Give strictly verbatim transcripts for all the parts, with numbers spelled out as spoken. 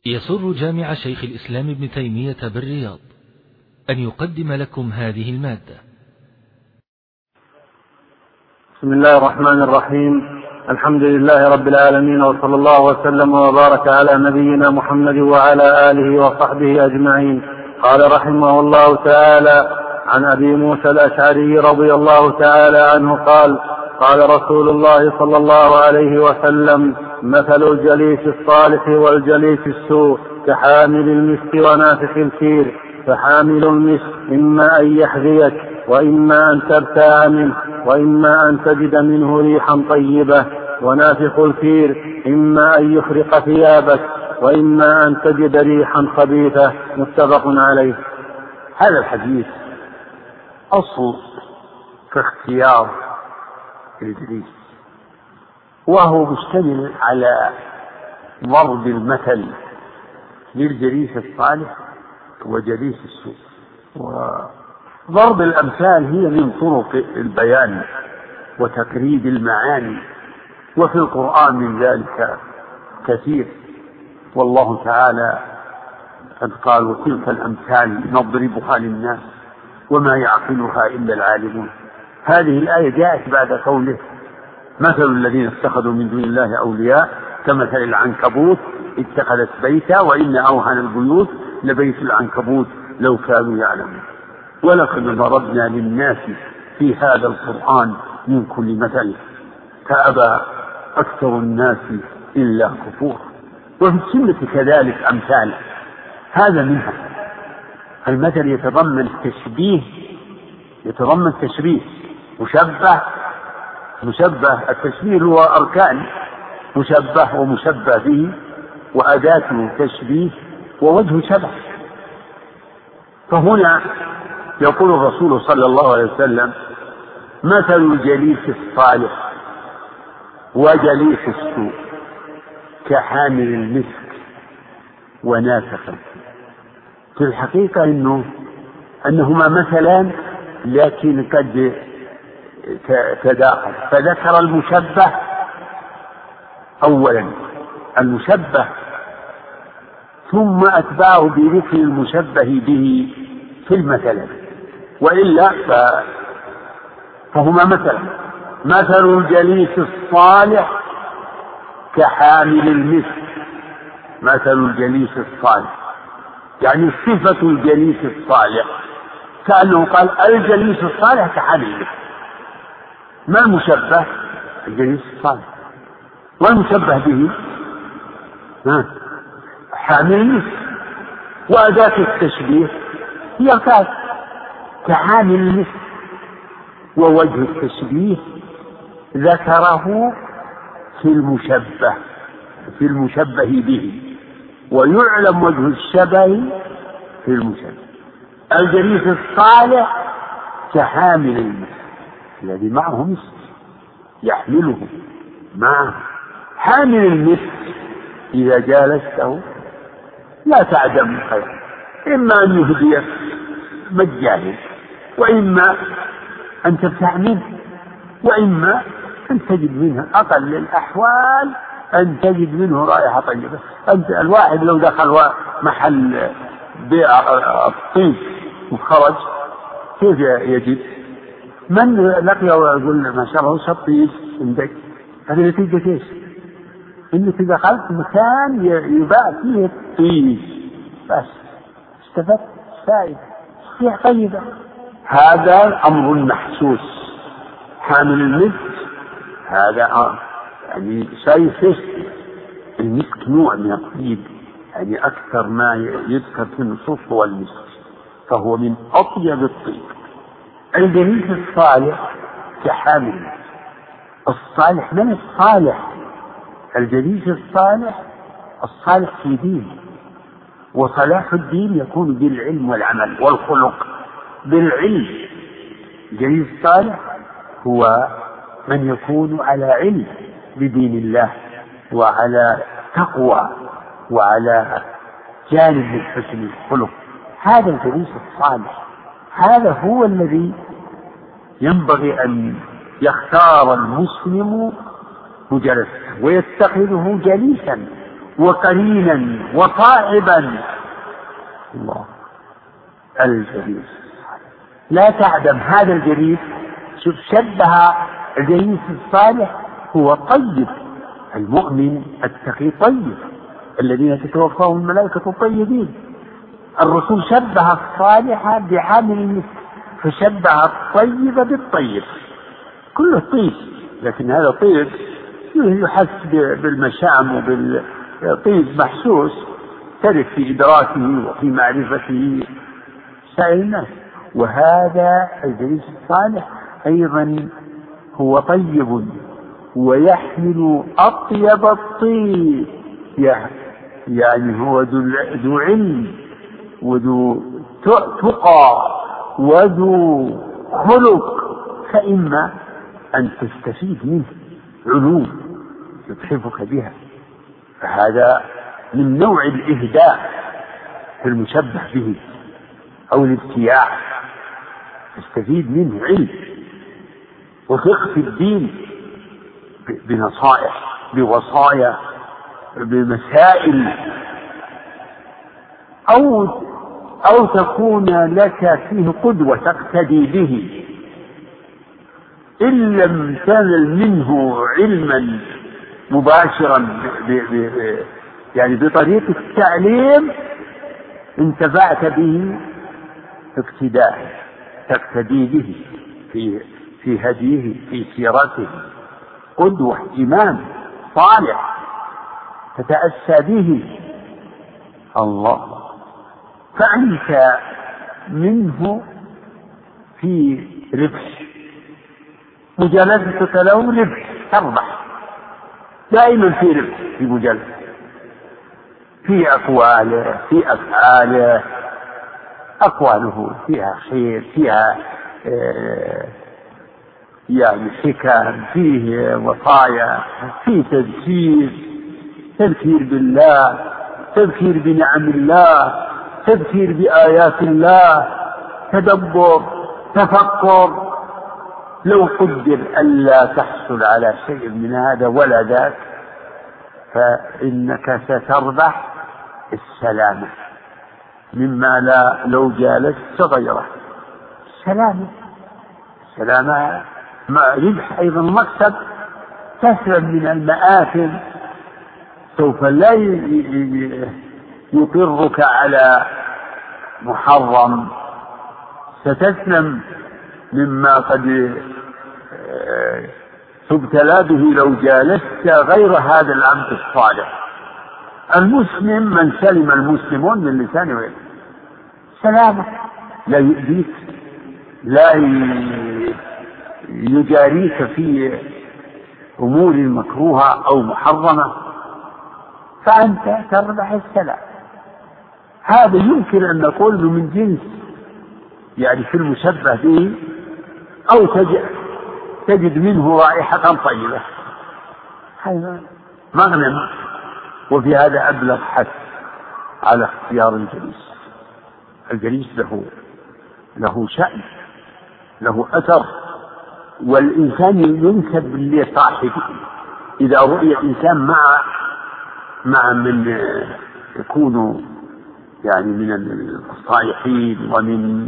يسر جامع شيخ الإسلام ابن تيمية بالرياض أن يقدم لكم هذه المادة. بسم الله الرحمن الرحيم. الحمد لله رب العالمين، وصلى الله وسلم وبارك على نبينا محمد وعلى آله وصحبه أجمعين. قال رحمه الله تعالى: عن أبي موسى الأشعري رضي الله تعالى عنه قال: قال رسول الله صلى الله عليه وسلم: مثل الجليس الصالح والجليس السوء كحامل المسك ونافخ الكير. فحامل المسك إما أن يحذيك، وإما أن تبتاع منه، وإما أن تجد منه ريحا طيبة. ونافخ الكير إما أن يخرق ثيابك، وإما أن تجد ريحا خبيثة. متفق عليه. هذا الحديث أصل في اختيار الجليس، وهو مشتمل على ضرب المثل للجليس الصالح وجليس السوء. وضرب الأمثال هي من طرق البيان وتقريب المعاني، وفي القرآن من ذلك كثير. والله تعالى قد قال: وتلك الأمثال نضربها للناس وما يعقلها إلا العالمون. هذه الآية جاءت بعد قوله: مثل الذين اتخذوا من دون الله أولياء كمثل العنكبوت اتخذت بيتا وإن أوهن البيوت لبيت العنكبوت لو كانوا يعلمون. ولقد ضربنا للناس في هذا القرآن من كل مثل فأبى أكثر الناس إلا كفور. وفي السنة كذلك أمثال، هذا منها. المثل يتضمن تشبيه، يتضمن تشبيه مشبه مشبه التشبيه هو أركان: مشبه ومشبه به وأداة تشبيه ووجه شبه. فهنا يقول الرسول صلى الله عليه وسلم: مثل الجليس الصالح وجليس السوء كحامل المسك ونافخ. في الحقيقة إنه أنهما مثلان لكن قد تداخل، فذكر المشبه أولا، المشبه، ثم أتباعه بذكر المشبه به في المثل، وإلا فهما مثلا. مثل الجليس الصالح كحامل المسك. مثل الجليس الصالح يعني صفة الجليس الصالح، كأنه قال: الجليس الصالح كحامل المسك. ما المشبه؟ الجليس الصالح. والمشبه به ها حامل المسك. وأداة التشبيه هي الكاف كحامل المسك. ووجه التشبيه ذكره في المشبه في المشبه به، ويعلم وجه الشبه في المشبه. الجليس الصالح كحامل المسك الذي معه مسك يحمله معه. حامل المسك إذا جالسته لا تعدم خير، إما أن يهديك مجانا، وإما أن تبتاع منه، وإما أن تجد منه أقل الأحوال أن تجد منه رائحة طيبة. أنت الواحد لو دخل محل بيع الطيب وخرج كيف يجد؟ من لقيه ويقول: ما شاء الله وش الطيب عندك؟ هذه نتيجة ايش؟ انك دخلت مكان يباع فيه الطيب بس استفدت فائدة ريحة طيبة. هذا أمر محسوس. حامل المسك هذا آه. يعني شايف المسك نوع من الطيب، يعني أكثر ما يذكر في النصوص هو المسك، فهو من أطيب الطيب. الجليس الصالح كحامل الصالح. من الصالح؟ الجليس الصالح الصالح في دين، وصلاح الدين يكون بالعلم والعمل والخلق. بالعلم، الجليس الصالح هو من يكون على علم بدين الله وعلى تقوى وعلى جانب من حسن الخلق. هذا الجليس الصالح، هذا هو الذي ينبغي أن يختار المسلم مجلسه ويتخذه جليسا وقرينا وصاحبا. الله الجليس لا تعدم هذا الجليس. شوف شبه الجليس الصالح هو طيب، المؤمن التقي طيب، الذين تتوفاهم الملائكة الطيبين. الرسول شبه الصالح بعامل المسك، فشبه الطيب بالطيب، كله طيب، لكن هذا طيب يحس بالمشام وبالطيب محسوس ترك في إدراكه وفي معرفته سائر الناس. وهذا الجليس الصالح أيضا هو طيب ويحمل أطيب الطيب، يعني هو ذو علم وذو تقى وذو خلق، فإما أن تستفيد منه علوم يتحفك بها، فهذا من نوع الإهداء في المشبه به أو الابتياع، تستفيد منه علم وفقه في الدين بنصائح بوصايا بمسائل، أو أو تكون لك فيه قدوة تقتدي به، إن لم تنل منه علما مباشرا ب ب يعني بطريقة التعليم انتفعت به اقتداء تقتدي به في في هديه في سيرته، قدوة إمام صالح تتأسى به. الله فأنت منه في ربح، مجالستك له ربح، تربح دائما في ربح في مجالسة، في أقواله في أفعاله، أقواله فيها خير، فيها آه يعني حكم، فيه وصايا، فيه تذكير، تذكير بالله، تذكير بنعم الله، تذكير بآيات الله، تدبر، تفكر. لو قدر ألا تحصل على شيء من هذا ولا ذاك فإنك ستربح السلامة مما لا لو جالست غيره. السلامة السلامة مع ربح أيضا مكسب، تسلم من المآثم، سوف لا يقرك على محرم، ستسلم مما قد تبتلى به لو جالست غير هذا العبد الصالح. المسلم من سلم المسلمون من لسانه ويده، سلامة، لا يؤذيك، لا يجاريك في أمور مكروهة أو محرمة، فأنت تربح السلام. هذا يمكن أن نقول من جنس يعني في المشبه به، أو تجد, تجد منه رائحة طيبة، هذا مغنم. وفي هذا أبلغ حث على اختيار الجليس. الجليس له له شأن، له أثر، والإنسان ينسب لصاحبه. إذا رؤي إنسان مع مع من يكون يعني من الصالحين ومن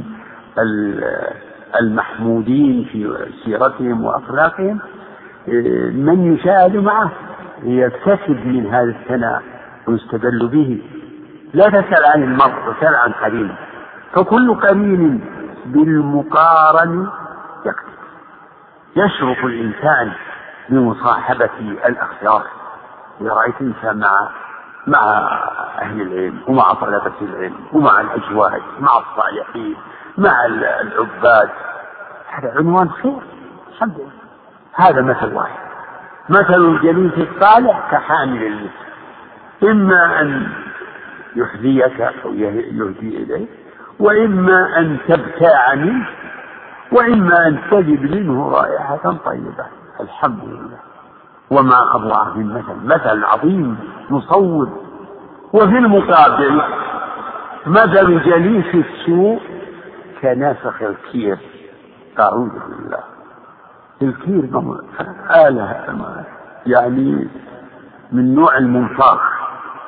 المحمودين في سيرتهم وأخلاقهم، من يشاهد معه يكتسب من هذا الثناء ويستدل به. لا تسأل عن المرء، وسأل عن قرين، فكل قرين بالمقارن يكتب. يشرف الإنسان بمصاحبة الأخيار. إذا رأيت إنسان مع مع أهل العلم ومع طلبة العلم ومع الأجواد مع الصالحين مع العباد، هذا عنوان خير. الحمد لله. هذا مثل واحد، مثل الجليس الصالح كحامل المسك، إما أن يحذيك أو يهدي إليك، وإما أن تبتاع منه، وإما أن تجد منه رائحة طيبة. الحمد لله. وما أضوع من مثل، مثل عظيم مصور. وفي المقابل مثل جليس السوء كنافخ الكير. أعوذ بالله. الكير آلة يعني من نوع المنفاخ،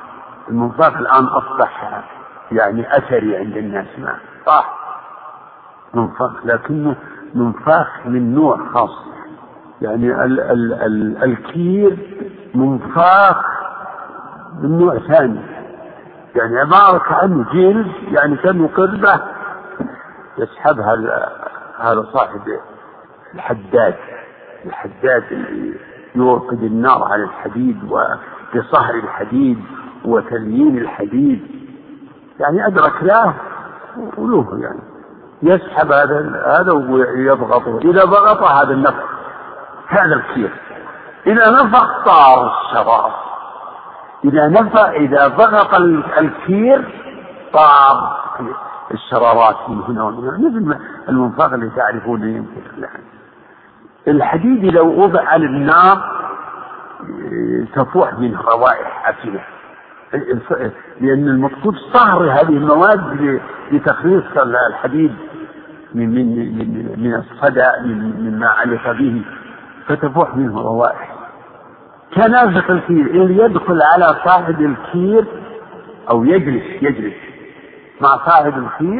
المنفاخ الآن أصبح يعني أثري عند الناس، ما صح منفاخ، لكنه منفاخ من نوع خاص. يعني ال ال ال الكير منفاخ من نوع ثاني، يعني عبارة عنه جلد، يعني كانه قربة يسحبها هذا صاحب الحداد الحداد اللي يوقد النار على الحديد وبصهر الحديد وتليين الحديد، يعني أدرك له وله، يعني يسحب هذا هذا ويضغطه. إذا ضغط هذا النفخ، هذا الكير. إذا نفخ طار الشراب، إذا نفخ إذا ضغط الكير طار الشرارات من هنا ومن هنا، مثل المنفاخ اللي تعرفون ينفخ الآن. الحديد لو وضع على النار تفوح منه روائح عفنة، لأن المقصود صهر هذه المواد لتخليص الحديد من من من من الصدى مما علق به، فتفوح منه روائح. كنافخ الكير اللي يدخل على صاحب الكير أو يجلس يجلس مع صاحب الكير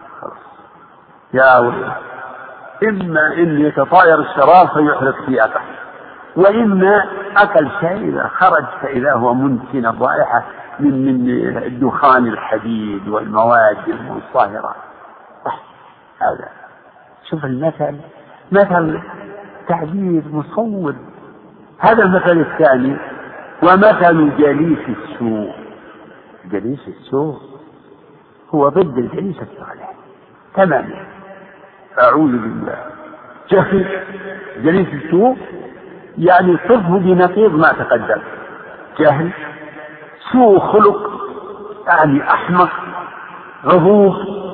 يا ولد، إما أن يتطاير الشراب فيحرق ثيابه، وإما أكل شيء إذا خرج فإذا هو منتن الرائحة من من دخان الحديد والمواد المنصهرة. هذا شوف المثل، مثل تعبير مصور. هذا المثل الثاني، ومثل جليس السوء. جليس السوء هو ضد الجليس الصالح تماما، أعوذ بالله. جهل جليس السوء يعني صفه بنقيض ما تقدم، جهل، سوء خلق يعني أحمق، غضوب،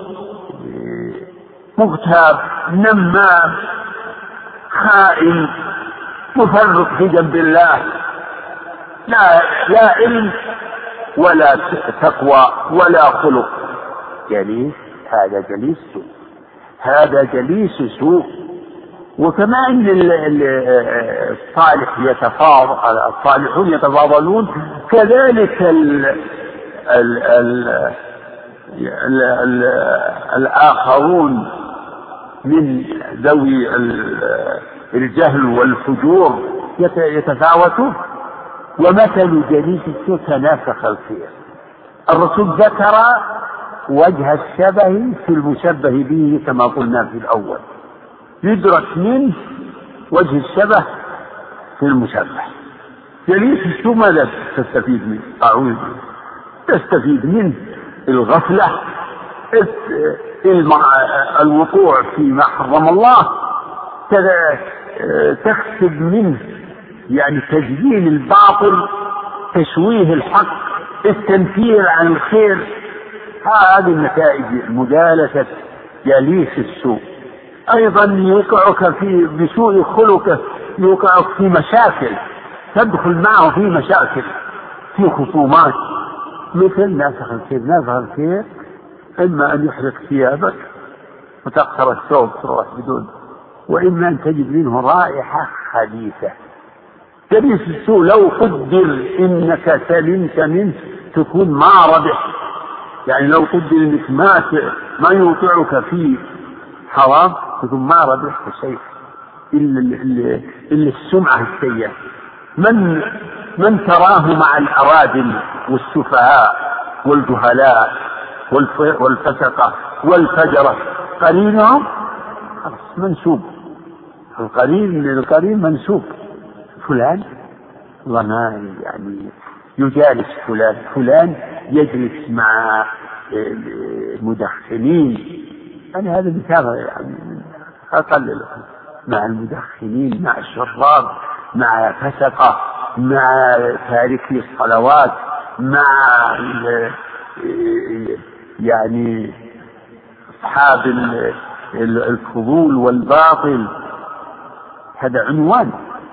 مغتاب، نمام، خائن، مفرط في جنب الله، لا لا علم ولا تقوى ولا خلق. جليس، هذا جليس سوء، هذا جليس سوء. وكما أن الصالح يتفاضل، الصالحون يتفاضلون، كذلك ال ال ال ال ال الآخرون من ذوي الجهل والفجور يتفاوتون. ومثل جليس السوء كنافخ الكير. الرسول ذكر وجه الشبه في المشبه به كما قلنا في الأول، يدرك منه وجه الشبه في المشبه. جليس السوء ماذا تستفيد منه؟ أعوذ، تستفيد منه الغفلة، الوقوع فيما حرم الله، تكسب منه يعني تزيين الباطل، تشويه الحق، التنفير عن الخير. هذه النتائج مجالسة جليس السوء. أيضا يوقعك في بسوء خلقه، يوقعك في مشاكل، تدخل معه في مشاكل، في خصومات، مثل نافخ الكير. نافخ الكير إما أن يحرق ثيابك وتقصر الثوب تروح بدون، وإما أن تجد منه رائحة خبيثة. جليس السوء لو قدر إنك سلمت منه تكون ما ربح، يعني لو قدر إنك ما ما يوقعك في حرام تكون ما ربحت شيء إلا, إلا, إلا السمعة السيئة. من من تراه مع الأرادل والسفهاء والجهلاء والفسقة والفجرة قرينهم منسوب، القرين القرين منسوب. فلان والله ما يعني يجالس فلان، فلان يجلس مع مدخنين، يعني هذا مثال يعني أقل، مع المدخنين، مع الشراب، مع فسقة، مع تاركي الصلوات، مع يعني أصحاب الفضول والباطل. هذا عنوان.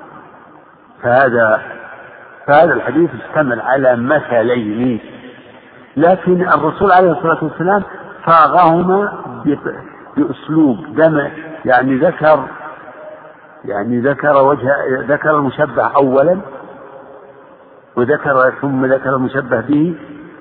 فهذا فهذا الحديث اشتمل على مثلين، لكن الرسول عليه الصلاة والسلام صاغهما بأسلوب دم، يعني ذكر يعني ذكر وجه ذكر المشبه أولا، وذكر ثم ذكر المشبه به،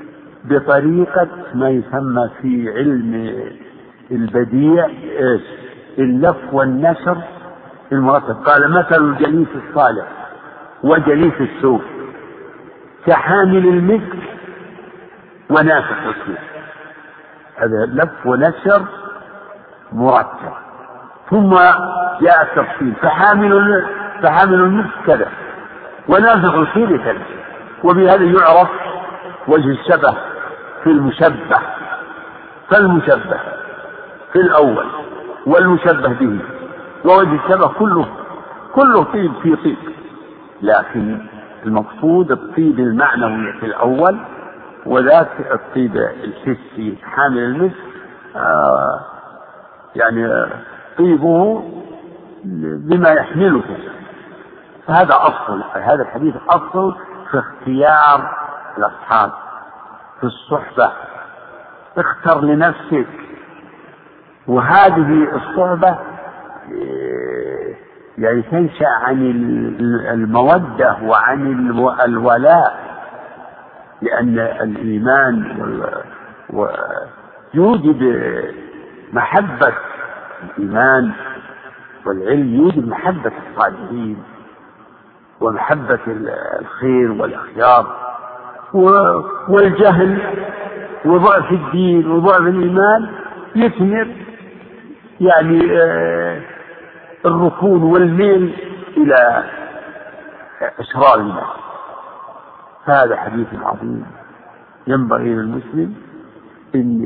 بطريقة ما يسمى في علم البديع إيش؟ اللف والنشر المرتب. قال مثل الجليس الصالح وجليس السوء كحامل المسك ونافخ السوء. هذا لف ونشر مرتب. ثم جاء التفصيل فحامل فحامل المسك كذا ونافخ السوء كذا. وبهذا يعرف وجه الشبه في المشبه. فالمشبه في الأول والمشبه به ووجه الشبه كله كله طيب في طيب، لكن المقصود الطيب المعنوي في الأول، وذاك الطيب الحسي حامل المسك آه يعني طيبه بما يحمله. فهذا أصل هذا الحديث أصل في اختيار الأصحاب في الصحبة. اختر لنفسك. وهذه الصحبة يعني تنشأ عن المودة وعن الولاء، لأن الإيمان يوجب محبة الإيمان، والعلم يوجب محبة الصالحين ومحبة الخير والأخيار. والجهل وضعف الدين وضعف الإيمان يثمر يعني الركون والميل إلى أشرار الناس. هذا حديث عظيم ينبغي للمسلم إن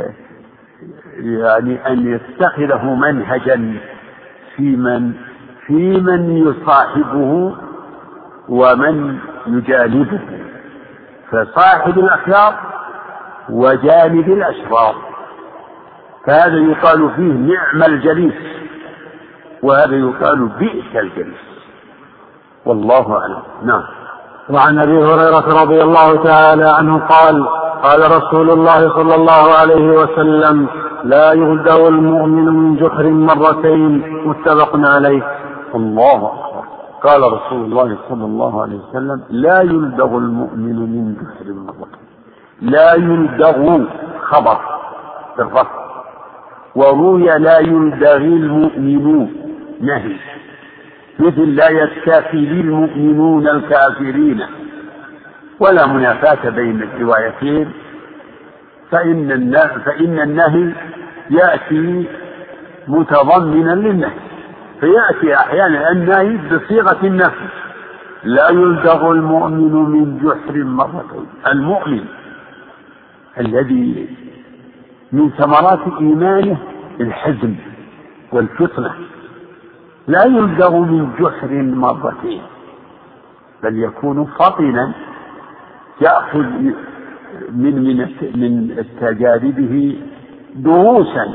يعني أن يتخذه منهجا في من في من يصاحبه ومن يجانبه. فصاحب الأخيار وجانب الأشرار، فهذا يقال فيه نعم الجليس، وهذا يقال بئس الجليس، والله أعلم. نعم. وعن أبي هريرة رضي الله تعالى عنه قال قال رسول الله صلى الله عليه وسلم: لا يهدأ المؤمن من جحر مرتين، متفق عليه. الله أكبر. قال رسول الله صلى الله عليه وسلم: لا يلدغ المؤمن من جحر مرتين. لا يلدغ خبر بالرفع، وروي لا يلدغ المؤمنون نهي، مثل لا يستافي المؤمنون الكافرين، ولا منافاة بين الروايتين، فإن النهي, فإن النهي يأتي متضمنا للنهي، فيأتي أحيانا النهي بصيغة النفي. لا يلدغ المؤمن من جحر مرتين. المؤمن الذي من ثمرات إيمانه الحزم والفطنة لا يلدغ من جحر مرتين، بل يكون فطنا يأخذ من من من تجاربه دروسا.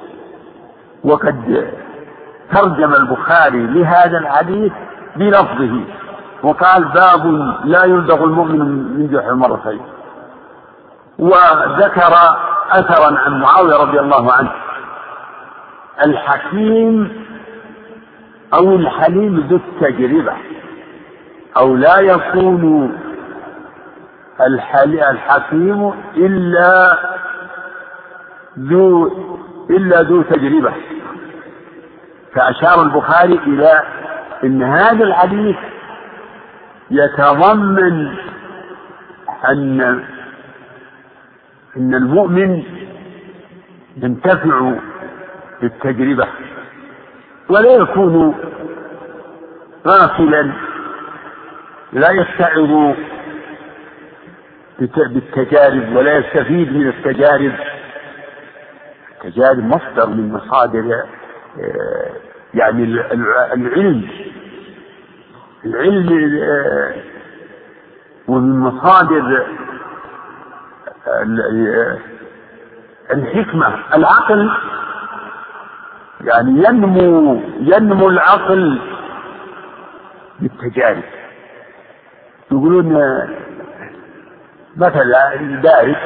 وقد ترجم البخاري لهذا الحديث بلفظه وقال: باب لا يلدغ المؤمن من جحر مرتين. وذكر أثرا عن معاوية رضي الله عنه: الحكيم أو الحليم ذو التجربة، أو لا يكون الحكيم إلا ذو إلا ذو تجربة. فأشار البخاري إلى أن هذا الحديث يتضمن أن إن المؤمن ينتفع بالتجربة، ولا يكون غافلا، لا يستعظ بالتجارب ولا يستفيد من التجارب. التجارب مصدر من مصادر يعني العلم العلم ومن مصادر الحكمة. العقل يعني ينمو ينمو العقل بالتجارب. يقولون مثلا الدارس: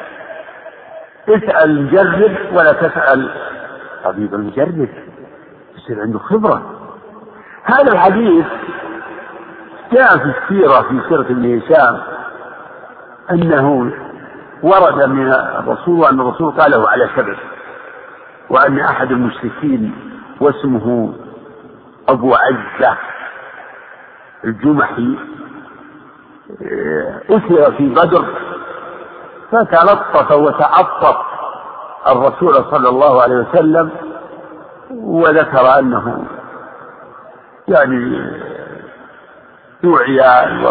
اسأل المجرب ولا تسأل طبيب المجرب، يصير عنده خبرة. هذا الحديث جاء في السيرة في سيرة ابن هشام أنه ورد من الرسول أن الرسول قاله على سبب، وأن أحد المشركين واسمه أبو عزة الجمحي أسر في بدر، فتلطف وتعطف الرسول صلى الله عليه وسلم وذكر أنه يعني يوعي و...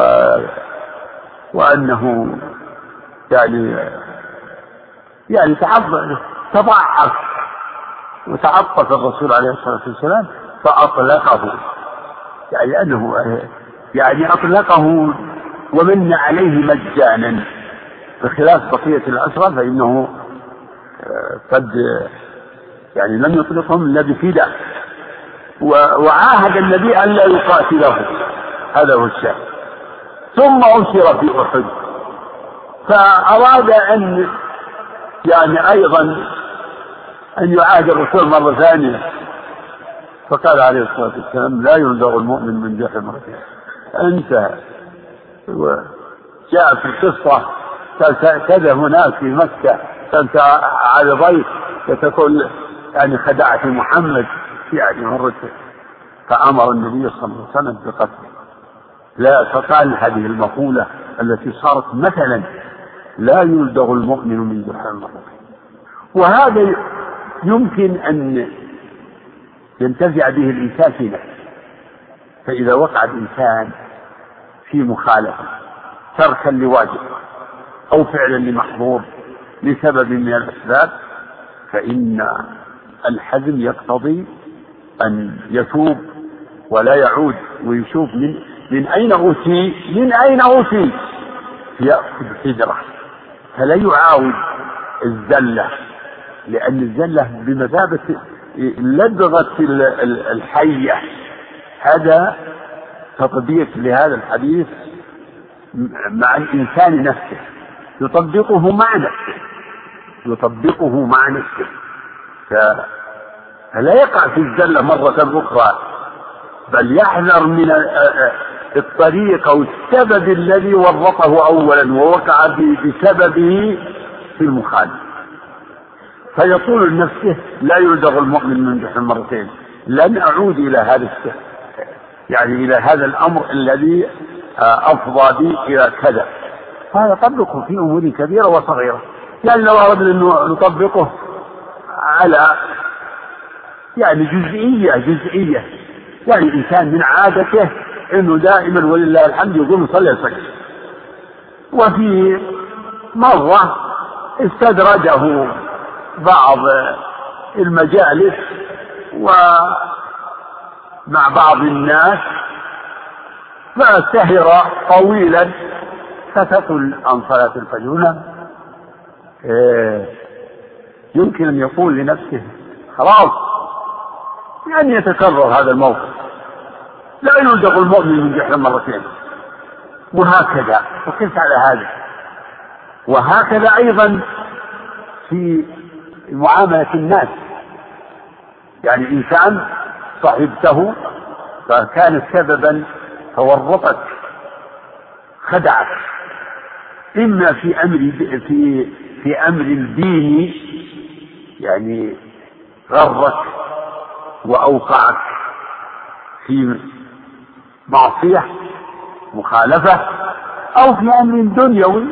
وأنه يعني يعني تعظم تضعف وتعطف الرسول عليه الصلاة والسلام فأطلقه، يعني أنه يعني أطلقه ومن عليه مجانا، بخلاف بقية الأسرى فإنه قد يعني لم يطلقهم إلا بفداء، وعاهد النبي أن لا يقاتله، هذا هو الشيء. ثم أسر في أحد، فأراد أن يعني أيضا أن يعاهد الرسول مرة ثانية، فقال عليه الصلاة والسلام لا يلدغ المؤمن من جحر مرتين. انتهى. وجاء في القصة كذا هناك في مكة كانت على ضيف وتقول يعني خدعت محمد يعني مرتين، فأمر النبي صلى الله عليه وسلم بقتله. لا فقال هذه المقولة التي صارت مثلا لا يلدغ المؤمن من جحر مرتين، وهذا يمكن أن ينتزع به الإنسان في نفسه. فإذا وقع الإنسان في مخالفة تركا لواجب أو فعلا لمحظور لسبب من الأسباب، فإن الحزم يقتضي أن يتوب ولا يعود ويشوف من من أين أوتي من أين أوتي يأخذ حجرة، فلا يعاود الزلة، لأن الزلة بمثابة لدغة الحية. هذا تطبيق لهذا الحديث مع الإنسان نفسه، يطبقه مع نفسه يطبقه مع نفسه فلا يقع في الزلة مرة أخرى، بل يحذر من الطريق أو السبب الذي ورطه أولا ووقع بسببه في المخالف، فيقول لنفسه لا يلدغ المؤمن من جحر مرتين، لن أعود إلى هذا السبب يعني إلى هذا الأمر الذي أفضى بي إلى كذا. هذا طبقه في أمور كبيرة وصغيرة، يعني لو أردنا أن نطبقه على يعني جزئية جزئية يعني الإنسان من عادته أنه دائما ولله الحمد يقوم يصلي الفجر، وفي مرة استدرجه بعض المجالس ومع بعض الناس فسهر طويلا فتقل عن صلاة الفجر. إيه يمكن أن يقول لنفسه خلاص يعني يتكرر هذا الموقف، لا يلدغ المؤمن من جحر مرتين، وهكذا وقس على هذا. وهكذا أيضا في معاملة الناس، يعني إنسان صاحبته فكان سببا فورطك خدعك، إما في أمر في في أمر الدين يعني غرك وأوقعك في معصية مخالفة، أو في أمر دنيوي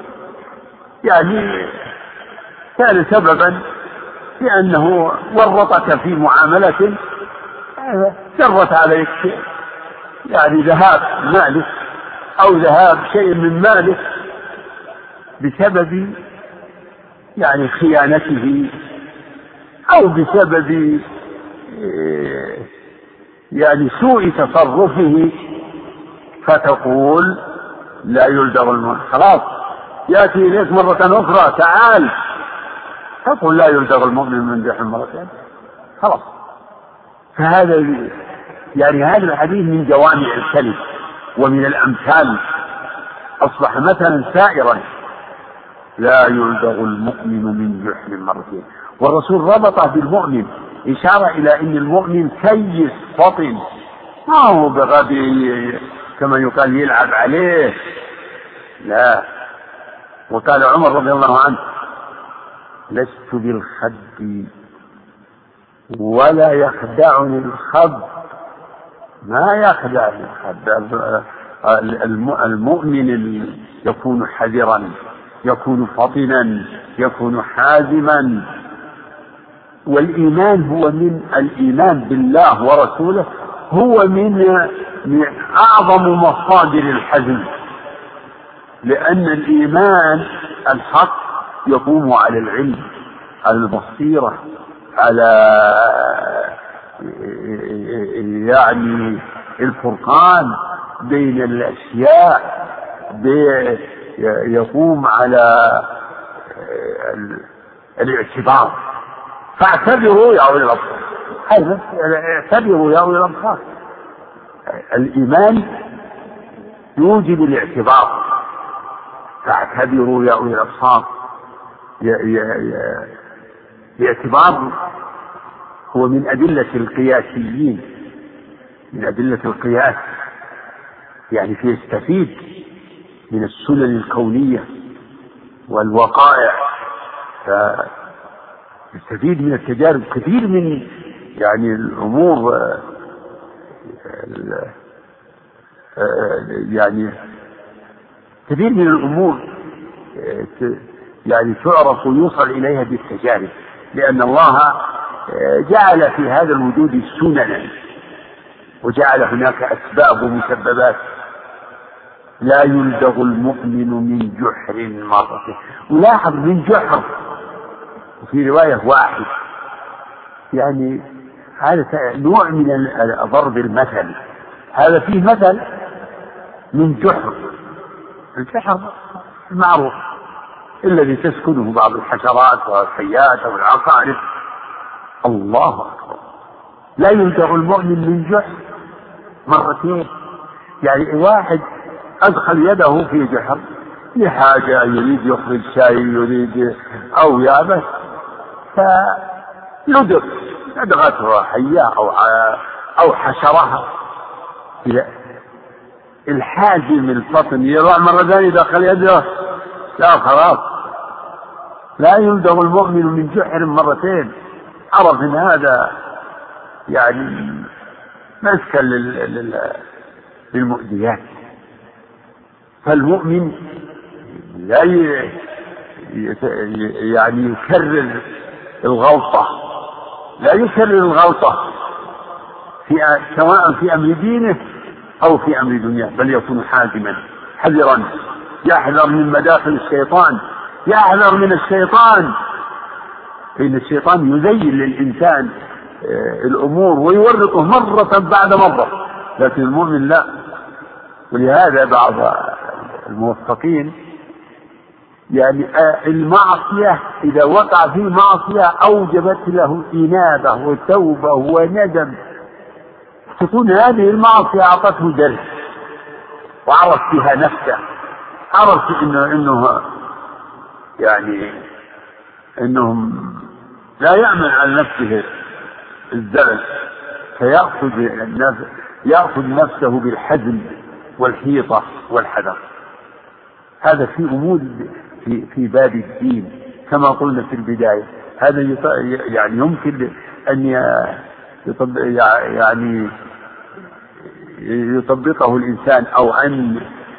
يعني كان سببا في أنه ورطك في معاملة جرت عليك يعني ذهاب مالك أو ذهاب شيء من مالك بسبب يعني خيانته أو بسبب يعني سوء تصرفه، فتقول لا يلدغ المؤمن. خلاص يأتي إليك مرة أخرى تعال تقول لا يلدغ المؤمن من جحر مرتين، خلاص. فهذا يعني هذا الحديث من جوامع الكلم ومن الأمثال، أصبح مثلا سائرا لا يلدغ المؤمن من جحر مرتين. والرسول ربطه بالمؤمن، إشارة إلى أن المؤمن كيس فطن، ما هو بغبي كما يقال يلعب عليه، لا، وقال عمر رضي الله عنه: لست بالخد ولا يخدعني الخد. ما يخدعني الخد. المؤمن يكون حذرا، يكون فطنا، يكون حازما. والإيمان هو من الإيمان بالله ورسوله هو من من أعظم مصادر الحزم، لأن الإيمان الحق يقوم على العلم، على البصيرة، على يعني الفرقان بين الأشياء، يقوم على الاعتبار. فاعتبروا يا أولي الأبصار، اعتبروا يا أولي الأبصار. الإيمان يوجب الاعتبار، فاعتبروا يا أولي الأبصار. الاعتبار هو من أدلة القياسيين، من أدلة القياس، يعني فيستفيد من السنن الكونية والوقائع، فيستفيد من التجارب. كثير من يعني الأمور يعني كثير من الأمور يعني تعرف ويوصل إليها بالتجارب، لأن الله جعل في هذا الوجود سننا، وجعل هناك أسباب ومسببات. لا يلدغ المؤمن من جحر مرة. ولاحظ من جحر، وفي رواية واحد، يعني هذا نوع من ضرب المثل. هذا فيه مثل من جحر. الجحر المعروف الذي تسكنه بعض الحشرات والحيات والعقارب. الله أكبر. لا يلدغ المؤمن من جحر مرتين، يعني واحد أدخل يده في جحر لحاجة، يريد يخرج شيء، يريد أو يابس، فلدغ، لدغته حية أو أو حشرها. الحاجم الفطن يضع مرة ثانية دخل يده، لا خلاص. لا يلدغ المؤمن من جحر مرتين. عرف ان هذا يعني مسكن للمؤذيات. فالمؤمن لا يعني يكرر الغلطة، لا يكرر الغلطة في سواء في أمر دينه أو في أمر دنياه، بل يكون حازما حذرا، يحذر من مداخل الشيطان، يحذر من الشيطان، فإن الشيطان يزين للإنسان الأمور ويورطه مرة بعد مرة، لكن المؤمن لا. ولهذا بعض الموفقين يعني المعصية إذا وقع في معصية أوجبت له إنابة وتوبة وندم، تكون هذه المعصية أعطته درس وعرف فيها نفسه، عرف إنه, إنه يعني إنهم لا يأمن على نفسه الزلل، فيأخذ النفس يأخذ نفسه بالحزم والحيطة والحذر. هذا في أمور في في باب الدين كما قلنا في البداية. هذا يعني يمكن أن يعني يطبقه الإنسان أو أن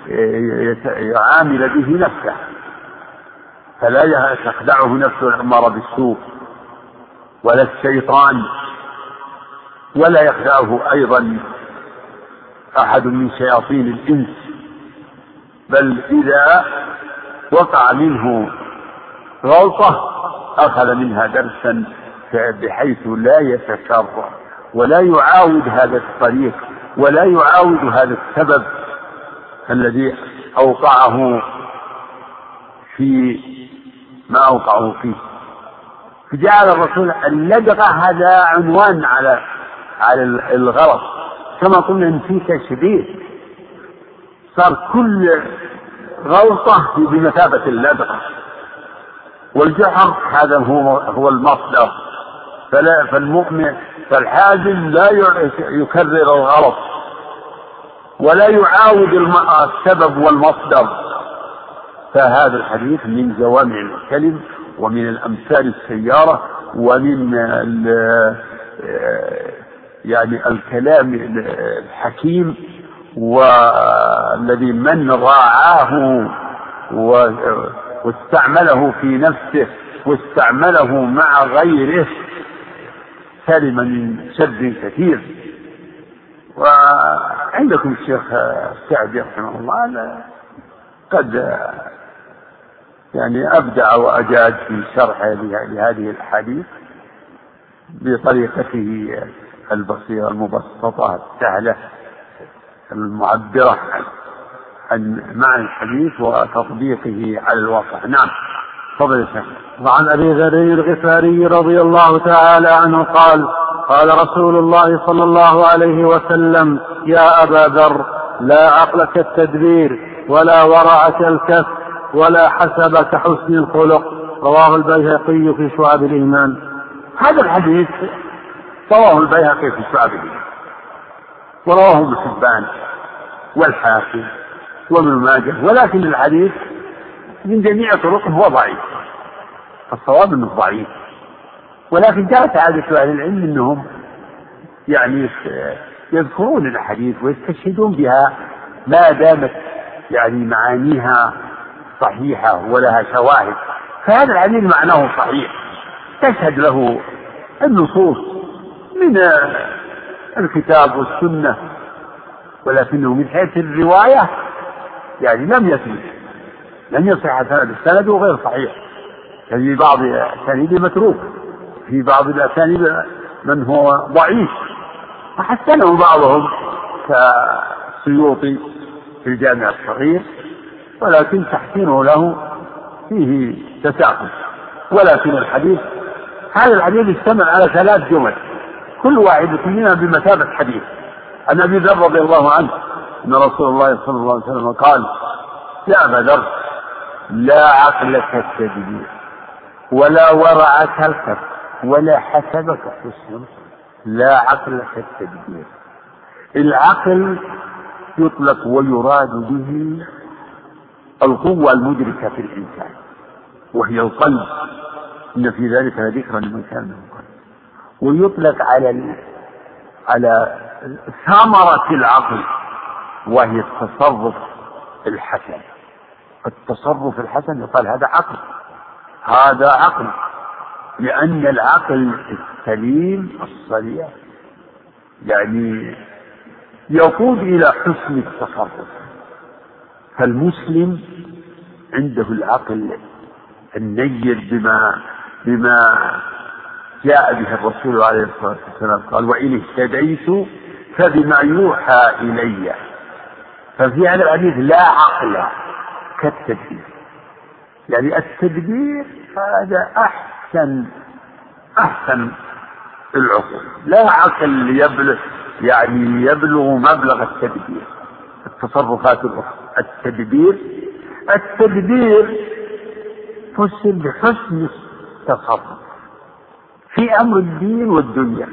يعامل به نفسه، فلا تخدعه نفسه الأمارة بالسوء ولا الشيطان، ولا يخدعه أيضا أحد من شياطين الإنس، بل إذا وقع منه غلطة أخذ منها درسا بحيث لا يتكرر ولا يعاود هذا الطريق ولا يعاود هذا السبب الذي أوقعه في ما أوقعه فيه. فجعل الرسول اللدغة هذا عنوان على على الغلط، كما قلنا إن فيه تشبيه، صار كل غلطة بمثابة اللدغة، والجحر هذا هو هو المصدر. فلا فالمؤمن فالحازم لا يكرر الغلط ولا يعاود السبب والمصدر، فهذا الحديث من جوامع الكلم ومن الأمثال السيارة ومن يعني الكلام الحكيم، والذي من راعاه واستعمله في نفسه واستعمله مع غيره سلم من شر كثير. وعندكم الشيخ السعدي رحمه الله قد يعني أبدع وأجاد في شرح لهذه الحديث بطريقته البسيطة المبسطة السهلة المعبرة عن معنى الحديث وتطبيقه على الواقع. نعم، تفضل يا شيخ. وعن أبي ذر الغفاري رضي الله تعالى عنه قال: قال رسول الله صلى الله عليه وسلم: يا أبا ذر، لا عقل كالتدبير، ولا ورع كالكف، ولا حسب كحسن الخلق. رواه البيهقي في شعب الإيمان. هذا الحديث رواه البيهقي في شعب الإيمان، ورواه ابن حبان والحاكم وابن ماجه، ولكن الحديث من جميع طرقه هو ضعيف. الصواب انه ضعيف، ولكن جاءت عادة أهل العلم انهم يعني يذكرون الحديث ويستشهدون بها ما دامت يعني معانيها صحيحة ولها شواهد. فهذا الحديث معناه صحيح تشهد له النصوص من الكتاب والسنة، ولكنه من حيث الرواية يعني لم يثبت، لم يصح سند، السند غير صحيح. يعني في بعض الأسانيد متروك، في بعض الأسانيد من هو ضعيف فحسنه بعضهم كالسيوطي في الجامع الصغير، ولكن تحسينه له فيه تساقط. ولكن الحديث هذا الحديث اشتمل على ثلاث جمل كل واحد منها بمثابة حديث. عن أبي ذر رضي الله عنه أن رسول الله صلى الله عليه وسلم قال: يا أبا ذر، لا عقل كالتدبير، ولا ورع كالكف، ولا حسب كحسن. لا عقل كالتدبير. العقل يطلق ويراد به القوة المدركة في الإنسان وهي القلب، إن في ذلك لذكرى لمن كان له قلب. ويطلق على على ثمرة العقل وهي التصرف الحسن. التصرف الحسن يقال هذا عقل، هذا عقل، لأن العقل السليم الصريح يعني يقود إلى حسن التصرف. فالمسلم عنده العقل النير بما بما جاء به الرسول عليه الصلاة والسلام، قال: وإن اهتديت فبما يوحى إلي. ففي هذا الحديث لا عقل كالتدبير، يعني التدبير هذا أحسن أحسن العقول. لا عقل يبلغ يعني يبلغ مبلغ التدبير التصرفات الأخرى. التدبير التدبير فسر بحسن التصرف في أمر الدين والدنيا.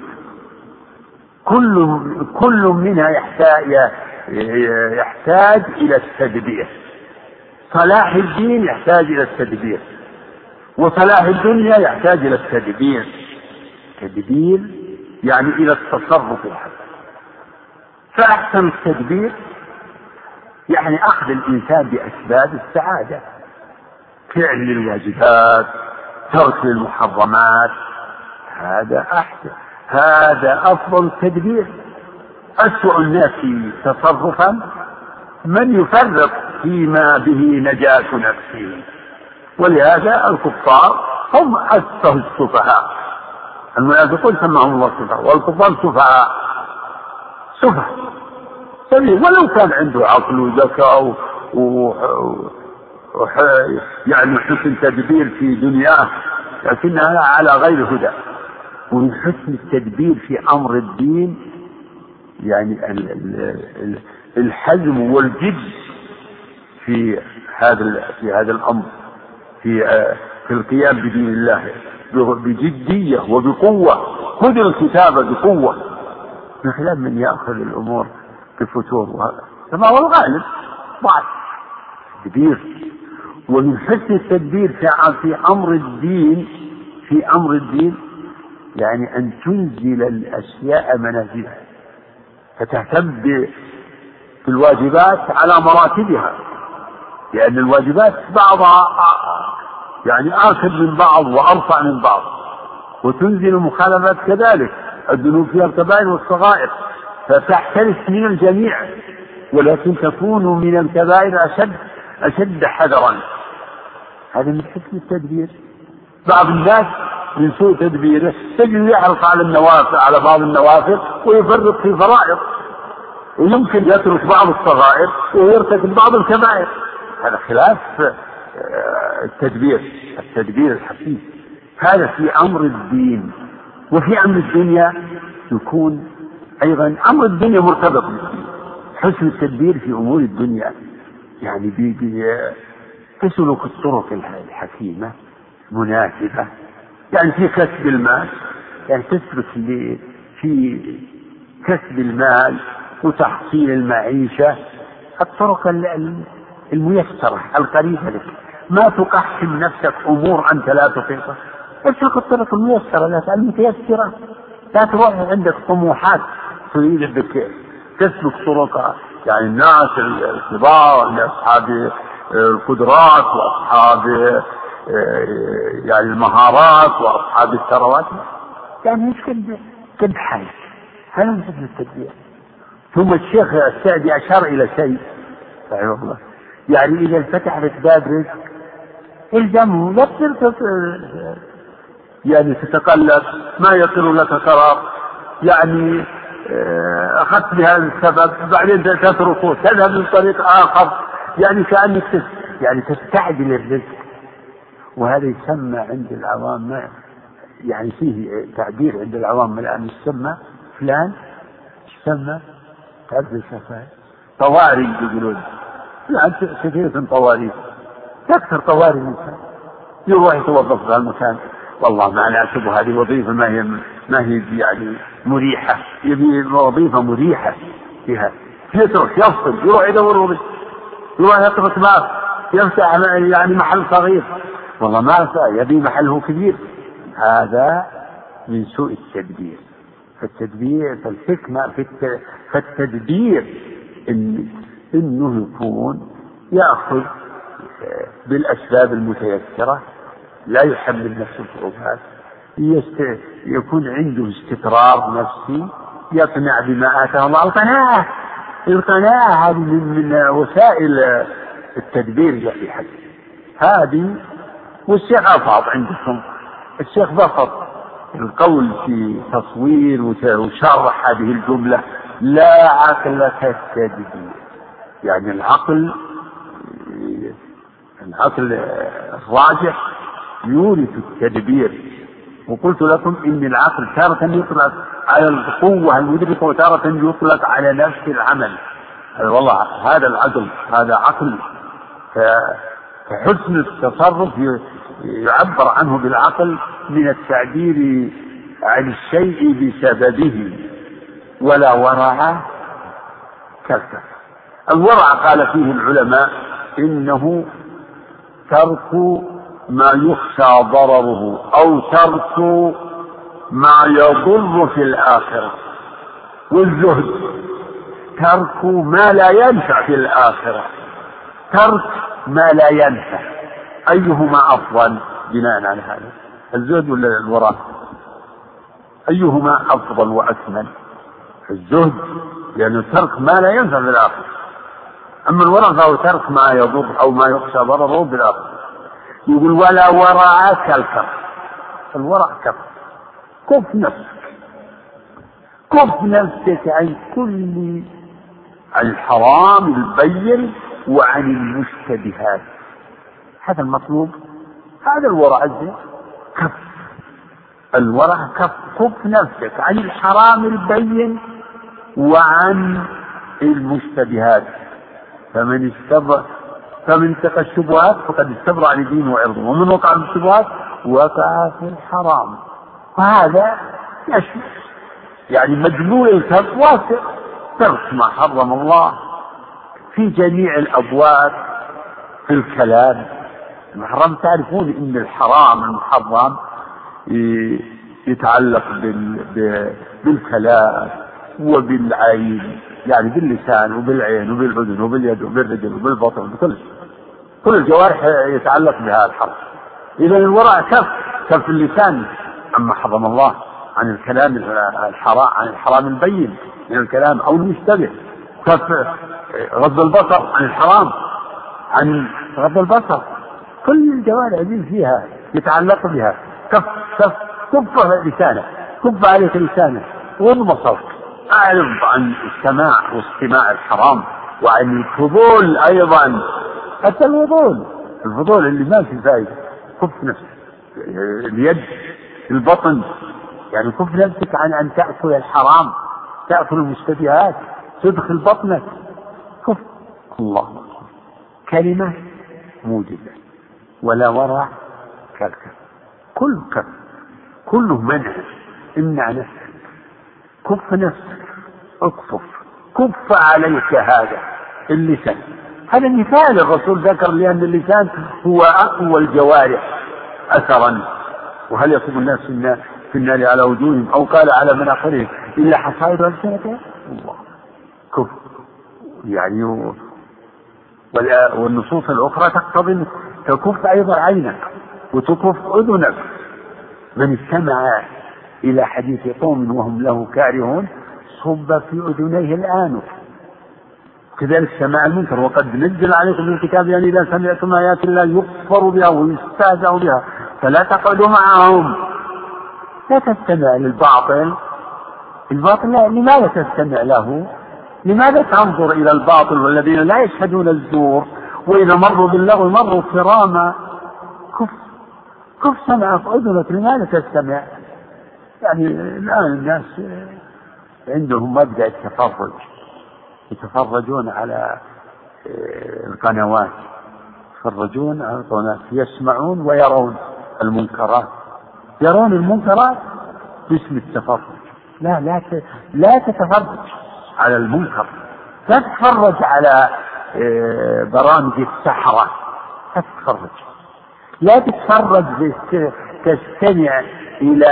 كل كل منها يحتاج يحتاج إلى التدبير. صلاح الدين يحتاج إلى التدبير، وصلاح الدنيا يحتاج إلى التدبير. تدبير يعني إلى التصرف الحسن. فأحسن التدبير يعني أخذ الإنسان بأسباب السعادة، فعل الواجبات، ترك المحرمات، هذا أحسن، هذا أفضل التدبير. أسوأ الناس تصرفا من يفرط فيما به نجاة نفسه. ولهذا الكفار هم أسفه السفهاء. المنافقون سماهم الله سفهاء، والكفار سفهاء سفهاء ولو كان عنده عقل وذكاء و... و... يعني حسن تدبير في دنياه، لكنها على غير هدى. ومن حسن التدبير في أمر الدين يعني الحزم والجد في هذا في هذا الأمر، في في القيام بدين الله بجدية وبقوة. خذ الكتاب بقوة، بخلاف من يأخذ الأمور بفتور، وهذا كما هو الغالب ضعف كبير. ومن حسن التدبير في أمر الدين في أمر الدين يعني أن تنزل الأشياء منازلها، فتهتم بالواجبات على مراتبها، لأن الواجبات بعضها يعني آخر من بعض وأرفع من بعض، وتنزل المخالفات كذلك، الذنوب فيها الكبائر والصغائر، فتحترس من الجميع، ولكن تكون من الكبائر أشد أشد حذرا. هذا من حسن التدبير. بعض الناس من سوء تدبيره تجد يحرص على النوافل على بعض النوافل ويفرط في فرائض، ويمكن يترك بعض الصغائر ويرتكب بعض الكبائر. هذا خلاف التدبير التدبير الحكيم. هذا في أمر الدين. وفي أمر الدنيا يكون أيضا أمر الدنيا مرتبط بالدين. حسن التدبير في أمور الدنيا يعني بسلوك الطرق الحكيمة مناسبة، يعني في كسب المال، يعني تسلك في كسب المال وتحصيل المعيشة الطرق الميسرة القريبة لك، ما تقحم نفسك أمور أنت لا تطيقها. اسلك الطرق الميسرة لا المتيسرة، لا تروح عندك طموحات تريد بك تسلك طرق يعني الناس الكبار أصحاب القدرات وأصحاب يعني المهارات وأصحاب الثروات، يعني مش كد كد حي. هذا من حسن التدبير. ثم الشيخ السعدي أشار إلى شيء رحمه الله، يعني إذا انفتح لك باب رزق الزمه، لا يعني تتقلب ما يصل لك قرار، يعني أخذت بهذا السبب بعدين تتركه تذهب من طريق آخر، يعني كأنك يعني تستعجل الرزق. وهذا يسمى عند العوام، يعني فيه تعبير عند العوام الآن يسمى فلان يسمى تعرف الشفاء طوارئ، يقولون فلان كثيرة طوارئ، تكثر طوارئ الإنسان يروح يتوظف في هالمكان. والله ما نحسب هذه وظيفة ما هي ما هي يعني مريحة، يبي وظيفة مريحة فيها يترك يفصل يروح يدور وظيفة، يروح يترك باب يفتح يعني محل صغير، والله ما يبي محله كبير. هذا من سوء التدبير. فالتدبير فالحكمة في التدبير إن إنه يكون يأخذ بالأسباب المتيسرة، لا يحمل نفسه الصعوبات، يكون عنده استقرار نفسي، يقنع بما آتاه الله. القناعة القناعة هذه من وسائل التدبير في حد هذه. والشيخ أفاض عندكم، الشيخ بسط القول في تصوير وشرح هذه الجملة: لا عقل كالتدبير. يعني العقل العقل الراجح يورث التدبير. وقلت لكم إن العقل تارة يطلق على القوة المدركة وتارة يطلق على نفس العمل. والله هذا العقل هذا عقل، فحسن التصرف يعبر عنه بالعقل من التعبير عن الشيء بسببه. ولا ورع كالكفر. الورع قال فيه العلماء إنه ترك ما يخشى ضرره أو ترك ما يضر في الآخرة. والزهد ترك ما لا ينفع في الآخرة، ترك ما لا ينفع. أيهما أفضل بناء على هذا، الزهد ولا الورع؟ أيهما أفضل وأكمل؟ الزهد لأنه ترك ما لا ينفع في الآخرة، أما الورع فهو ترك ما يضر أو ما يخشى ضرره بالآخرة. يقول: ولا ورع كالكفر. الورع كفر، كف نفسك كف نفسك عن كل عن الحرام البين وعن المشتبهات. هذا المطلوب، هذا الورع الزين كف. الورع كف كف نفسك عن الحرام البين وعن المشتبهات. فمن استبرأ فمن اتقى الشبهات فقد استبرأ لدينه وعرضه، ومن وقع في الشبهات وقع في الحرام. وهذا يشمل يعني مجموع الكف واسع، ترك ما حرم الله في جميع الأبواب، في الكلام المحرم تعرفون إن الحرام المحرم يتعلق بالكلام وبالعين، يعني باللسان وبالعين وبالأذن وباليد وبالرجل وبالبطن وبكل كل الجوارح يتعلق بها الحرام. إذا الورع كف كف اللسان عما حرم الله عن الكلام الحرام، عن الحرام البين من الكلام أو المشتبه، كف غض البصر عن الحرام، عن غض البصر، كل الجوارح دي فيها يتعلق بها. كف كف كف لسانه، كف عليك لسانه والبصر، أعرض عن السماع واستماع الحرام، وعن الفضول أيضا، حتى الفضول الفضول اللي ما في فائدة كف نفسك. اليد البطن، يعني كف نفسك عن أن تأكل الحرام، تأكل المشتبهات، تدخل بطنك، كف. الله كلمة موجبة ولا ورع كالكف، كل كف كله منع. امنع نفسك، كف نفسك، اكفف، كف عليك هذا اللسان. هذا مثال الرسول ذكر، لأن اللسان هو أقوى الجوارح أثرا. وهل يصب الناس في النار على وجوههم أو قال على مناخرهم إلا حصائد ألسنتهم؟ الله كف يعني. والنصوص الأخرى تقتضي تكف أيضا عينك وتكف أذنك. من استمع إلى حديث قوم وهم له كارهون صب في أذنيه الآن. كذلك سماع المنكر، وقد نزل عليكم من الكتاب يعني إذا سمعتم آيات الله يكفر بها ويستهزأ بها فلا تقعدوا معهم. لا تستمع للباطل. الباطل لماذا تستمع له؟ لماذا تنظر إلى الباطل والذين لا يشهدون الزور وإذا مروا باللغو مروا كراما؟ كف كف سمعك أذنك، لماذا تستمع؟ يعني الآن الناس عندهم مبدأ التفرج، يتفرجون على القنوات، يتفرجون على القنوات، يسمعون ويرون المنكرات، يرون المنكرات باسم التفرج. لا لا لا تتفرج على المنكر، لا تتفرج على برامج السحرة، لا تتفرج، لا تتفرج تستمع إلى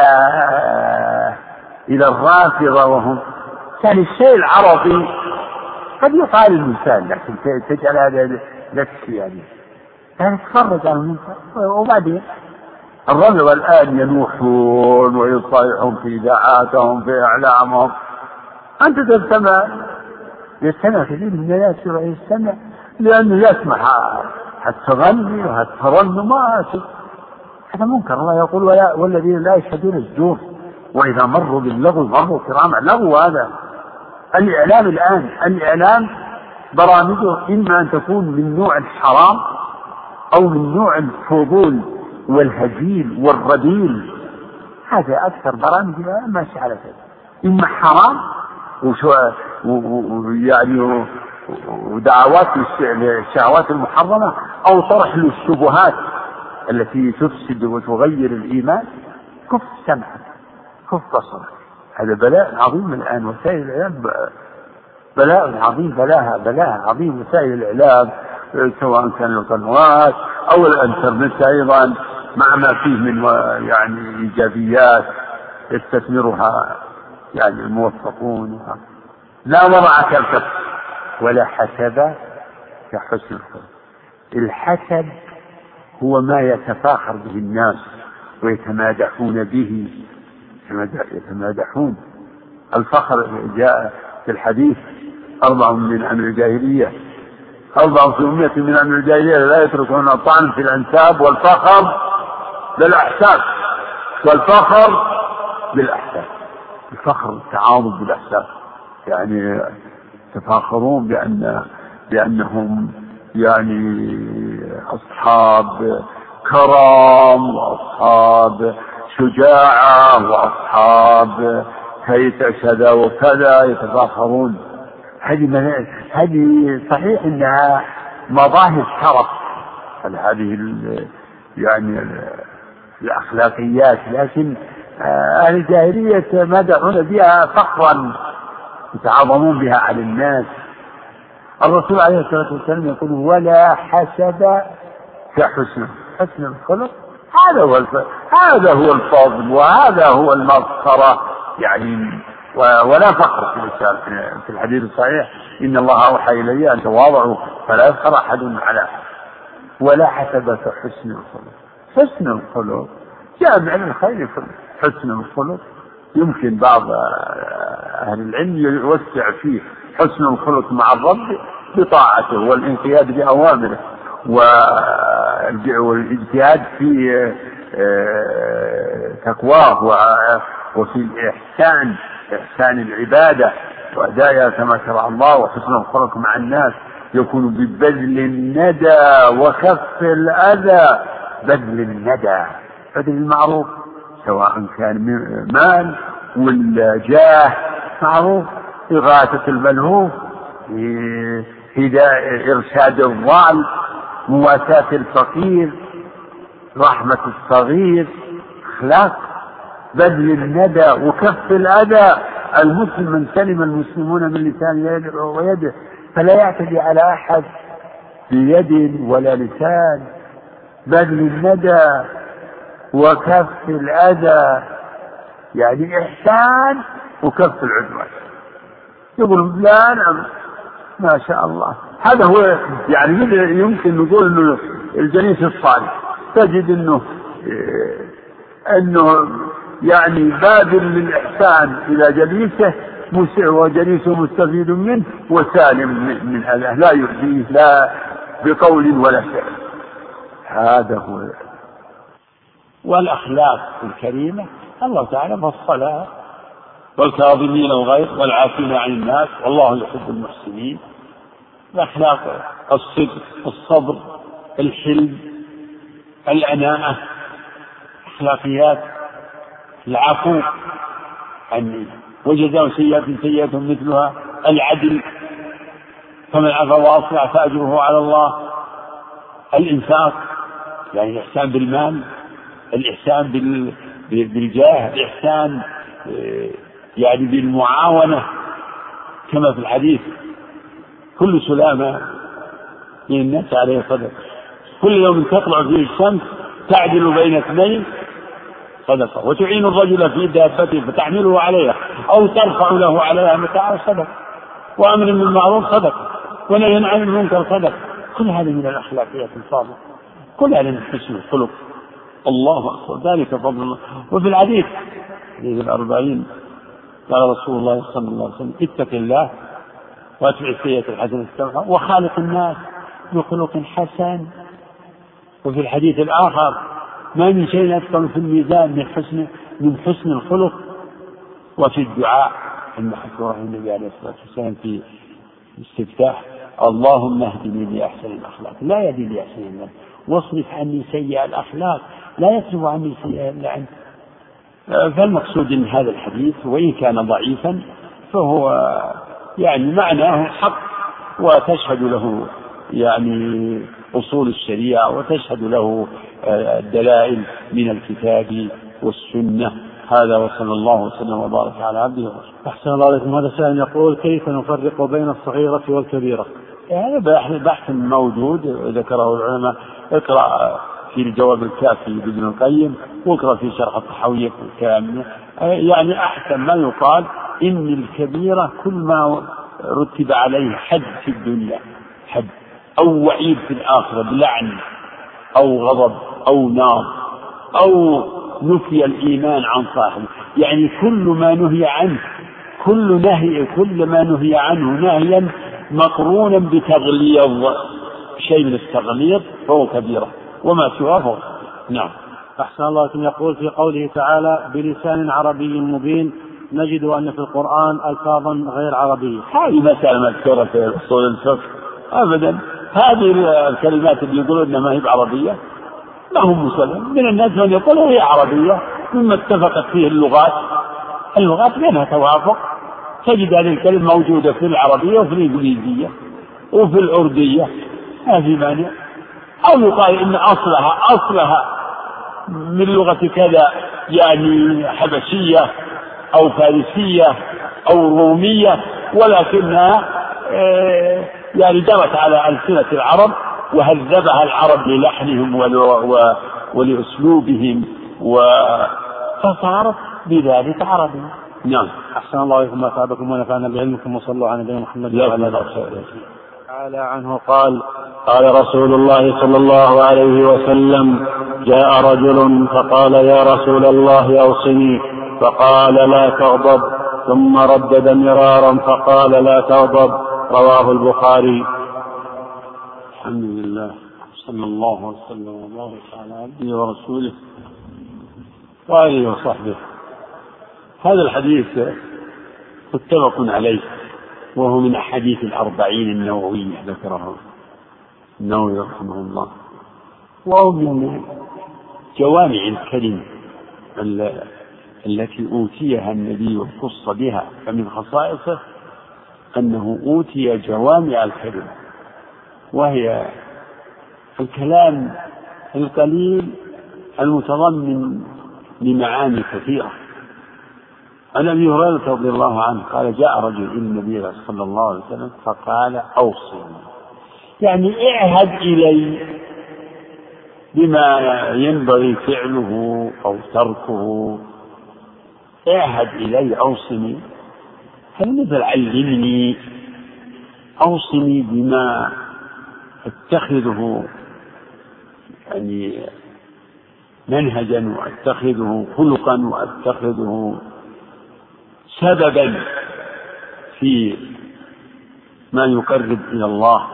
إلى الرافضة وهم يعني الشيء العربي قد يقال الإنسان، لكن تجعل هذا نفسي يعني. يعني تتفرج على المنكر. وبعدين الرجل الآن ينوحون ويصيحون في إذاعاتهم في إعلامهم، أنت تستمع. يستمع كثير من الناس يستمع لأنه يسمع التغني والترنمات، هذا منكر. الله يقول والذين لا يشهدون الزور وإذا مروا باللغو مروا كراما. لغو هذا. الإعلام الآن، الإعلام برامجه إما أن تكون من نوع الحرام أو من نوع الفضول والهزيل والرذيل. هذا أكثر برامج ماشي على كذا، إما حرام ويعني ودعوات للشهوات المحرمة أو طرح للشبهات التي تفسد وتغير الإيمان. كف سمعك، كف بصرك. هذا بلاء عظيم الآن. وسائل الإعلام بلاء عظيم، بلاها بلاها عظيم. وسائل الإعلام سواء كان القنوات أو الإنترنت أيضا مع ما فيه من يعني إيجابيات يستثمرها يعني الموفقون. لا ورع كالكف ولا حسب كحسن الخلق. الحسب هو ما يتفاخر به الناس ويتمادحون به، يتمادحون. الفخر جاء في الحديث أربع من أمر الجاهلية، أربع في أمية من أمر الجاهلية لا يتركون الطعن في الأنساب والفخر بالأحساب، والفخر بالأحساب. الفخر التعاظم بالأحساب، يعني تفاخرون بأن بأنهم يعني أصحاب كرم وأصحاب شجاعة وأصحاب هيئة كذا وكذا، يتفاخرون. هذه هذه صحيح أنها مظاهر شرف، هذه يعني الأخلاقيات، لكن أهل الجاهلية مدحون بها فخرا يتعاظمون بها على الناس. الرسول عليه الصلاة والسلام يقول ولا حسد كحسن. حسن الخلق هذا هو الف... هذا هو الفضل وهذا هو المغفرة يعني، ولا فخر في الإسلام. في الحديث الصحيح إن الله أوحى إلي أن تواضعوا فلا يفخر أحد على أحد ولا حسب حسن الخلق. حسن الخلق جامع الخير كله. حسن الخلق يمكن بعض أهل العلم يوسع فيه حسن الخلق مع الرب بطاعته والانقياد بأوامره والاجتهاد في تقواه وفي الإحسان إحسان العبادة وأدائها كما شرع الله. وحسن الخلق مع الناس يكون ببذل الندى وكف الأذى. بذل الندى بذل المعروف سواء كان مال ولا جاه معروف، إغاثة الملهوف، هداية إرشاد الضال، مواساة الفقير، رحمة الصغير، أخلاق. بذل الندى وكف الأذى. المسلم من سلم المسلمون من لسان ويده فلا يعتدي على أحد بيد ولا لسان. بذل الندى وكف الأذى يعني إحسان وكف العدوان. يقول لا نعم ما شاء الله. هذا هو يعني يمكن نقول إنه الجليس الصالح تجد إنه إنه يعني بادل للإحسان إلى جليسه وجليسه مستفيد منه وسالم من هذا لا يؤذيه لا بقول ولا شيء. هذا هو. والأخلاق الكريمة الله تعالى فصلها: والكاظمين الغيظ والعافين عن الناس والله يحب المحسنين. الأخلاق الصدق، الصبر، الحلم، الأناءة، أخلاقيات العفو عن وجزاء سيئة سيئة مثلها، العدل فمن عفا وأصلح فأجره على الله، الإنفاق يعني الإحسان بالمال، الإحسان بالجاه، الإحسان يعني بالمعاونة كما في الحديث: كل سلامة من الناس عليه صدقة، كل يوم تطلع فيه الشمس تعدل بين اثنين صدقة، وتعين الرجل في دابته فتحمله عليها أو ترفع له عليها متاعا صدقة، وأمر بالمعروف صدقة، ونهي عن المنكر صدقة. كل هذه من الأخلاقيات الفاضلة، كل هذا من حسن الخلق. الله أكبر، ذلك فضل الله. وفي الحديث حديث الأربعين قال رسول الله صلى الله عليه وسلم: اتق الله واتبع السيئة الحسنة تمحها وخالق الناس بخلق حسن. وفي الحديث الآخر: ما من شيء أثقل في الميزان من حسن من حسن الخلق. وفي الدعاء المحفور عن النبي عليه الصلاة والسلام في الاستفتاح: اللهم اهدني لأحسن الأخلاق لا يهدي لأحسن الناس واصرف عني سيئ الأخلاق لا يصرف عني سيئ إلا عنك. فالمقصود من هذا الحديث وإن كان ضعيفا فهو يعني معناه حق، وتشهد له يعني أصول الشريعة، وتشهد له الدلائل من الكتاب والسنة. هذا وصلى الله وسلم وبارك على عبده ورسوله. أحسن الله عليكم. هذا سائل يقول: كيف نفرق بين الصغيرة والكبيرة؟ هذا يعني بحث موجود ذكره العلماء. اقرأ في الجواب الكافي لابن القيم، واقرأ في شرح الطحاوية كامل. يعني أحسن ما يقال إن الكبيرة كل ما رتب عليه حد في الدنيا، حد أو وعيد في الآخرة بلعن أو غضب أو نار أو نفي الإيمان عن صاحبه. يعني كل ما نهي عنه، كل نهي كل ما نهي عنه نهيا مقرونا بتغليظ، شيء من التغليظ فهو كبيرة، وما سواه فهو. نعم. أحسن الله عليكم. يقول في قوله تعالى: بلسان عربي مبين، نجد أن في القرآن ألفاظا غير عربية. هذه مسألة مذكورة في أصول الفقه أبدا. هذه الكلمات اللي يقولون إنها ما هي بعربية ما هم مسلم. من الناس من يقول هي عربية مما اتفقت فيه اللغات. اللغات بينها توافق، تجد هذه الكلمة موجودة في العربية وفي الإنجليزية وفي الأردية، ما في مانع. أو يقال إن أصلها أصلها من لغة كذا، يعني حبشية أو فارسية أو رومية، ولكنها يعني جرت على ألسنة العرب وهذبها العرب للحنهم ولأسلوبهم، فصارت بذلك عربي. نعم. أحسن الله إليكم وأثابكم ونفعنا بعلمكم، وصلوا على نبينا محمد وعلى آله وصحبه. تعالى عنه قال: قال رسول الله صلى الله عليه وسلم: جاء رجل فقال: يا رسول الله أوصني، فقال: لا تغضب، ثم ردد مرارا فقال: لا تغضب. رواه البخاري. الحمد لله، صلى الله وسلم وبارك على عبده ورسوله وآله وصحبه. هذا الحديث متفق عليه، وهو من أحاديث الأربعين النووية ذكره النووي رحمه الله، وهو من جوامع الكلم التي أوتيها النبي وخص بها، فمن خصائصه أنه أوتي جوامع الكلم، وهي الكلام القليل المتضمن لمعاني كثيرة. عن أبي هريرة رضي الله عنه قال: جاء رجل إلى النبي صلى الله عليه وسلم فقال: أوصني، يعني اعهد إلي بما ينبغي فعله أو تركه، اعهد إلي، أوصني. فلنزل علمني، أوصني بما اتخذه يعني منهجا، واتخذه خلقا، واتخذه سببا في ما يقرب إلى الله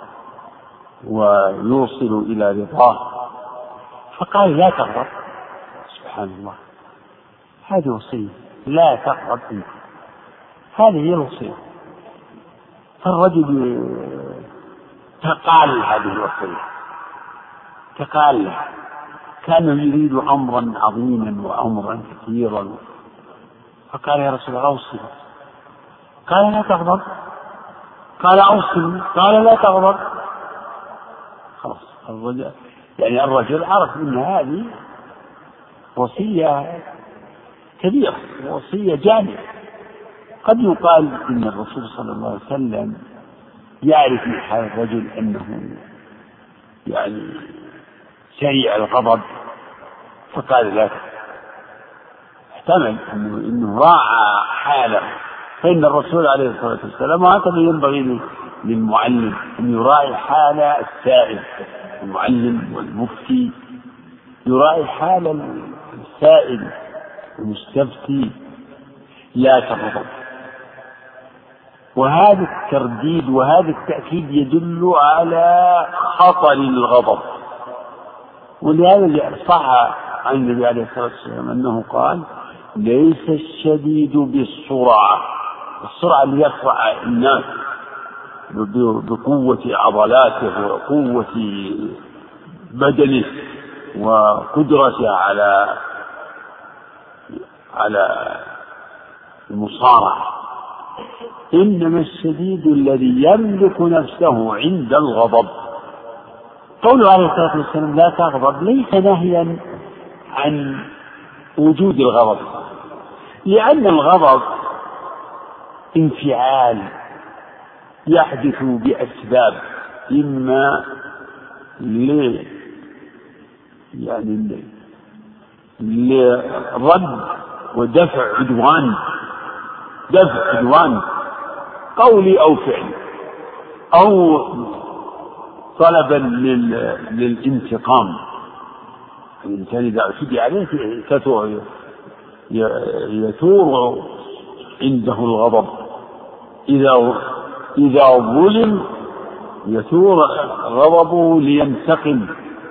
ويوصل إلى رضاه. فقال: لا تغضب. سبحان الله، هذه وصية، لا تغضب أنت، هذه هي الوصية. فالرجل تقال هذه الوصية، تقال له، كان يريد أمرا عظيما وأمرا كثيرا، فقال: يا رسول الله أوصني. قال: لا تغضب. قال: أوصني. قال: لا تغضب. خلاص، الرجل يعني الرجل عرف أن هذه وصية كبيرة، وصية جامعة. قد يقال إن الرسول صلى الله عليه وسلم يعرف من حال الرجل أنه يعني سريع الغضب، فقال: لا تغضب. احتمل إنه, إنه راعى حاله، فإن الرسول عليه الصلاة والسلام، وهكذا ينبغي للمعلم أن يراعي حال السائل، المعلم والمفتي يراعي حال السائل المستفتي. لا تغضب. وهذا الترديد وهذا التأكيد يدل على خطر الغضب، ولهذا صح عن النبي عليه الصلاة والسلام أنه قال: ليس الشديد بالسرعة، السرعة اللي يسرع الناس بقوة عضلاته وقوة بدنه وقدرته على على المصارعة، إنما الشديد الذي يملك نفسه عند الغضب. قوله عليه الصلاة والسلام: لا تغضب، ليس نهيا عن وجود الغضب، لأن الغضب انفعال يحدث بأسباب، إما ل يعني لرد ودفع عدوان، دفع عدوان قولي أو فعلي، أو طلبا للانتقام. الإنسان إذا اعتدي عليه يثور عنده الغضب، إذا إذا ظلم يثور غضبه لينتقم.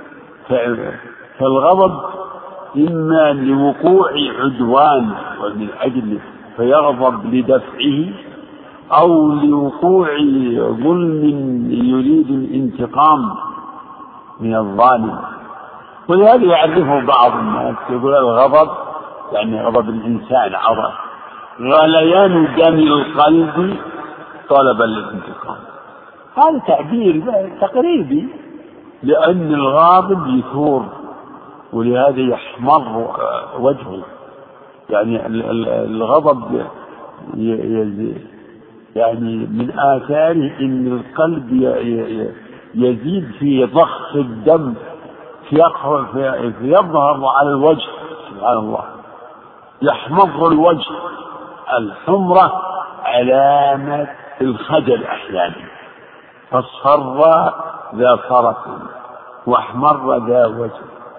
فالغضب إما لوقوع عدوان ومن أجل فيغضب لدفعه، أو لوقوع ظلم يريد الانتقام من الظالم. ولهذا يعرفه بعض الناس يقول الغضب يعني غضب الإنسان عرض غليان دم القلب طلبا للانتقام. هذا تعبير تقريبي، لأن الغاضب يثور ولهذا يحمر وجهه. يعني الغضب يعني من آثاره إن القلب يزيد في ضخ الدم يظهر على الوجه، سبحان الله، يحمر الوجه. الحمرة علامة الخجل أحيانا، فاصفر ذا فرس واحمر ذا وجه.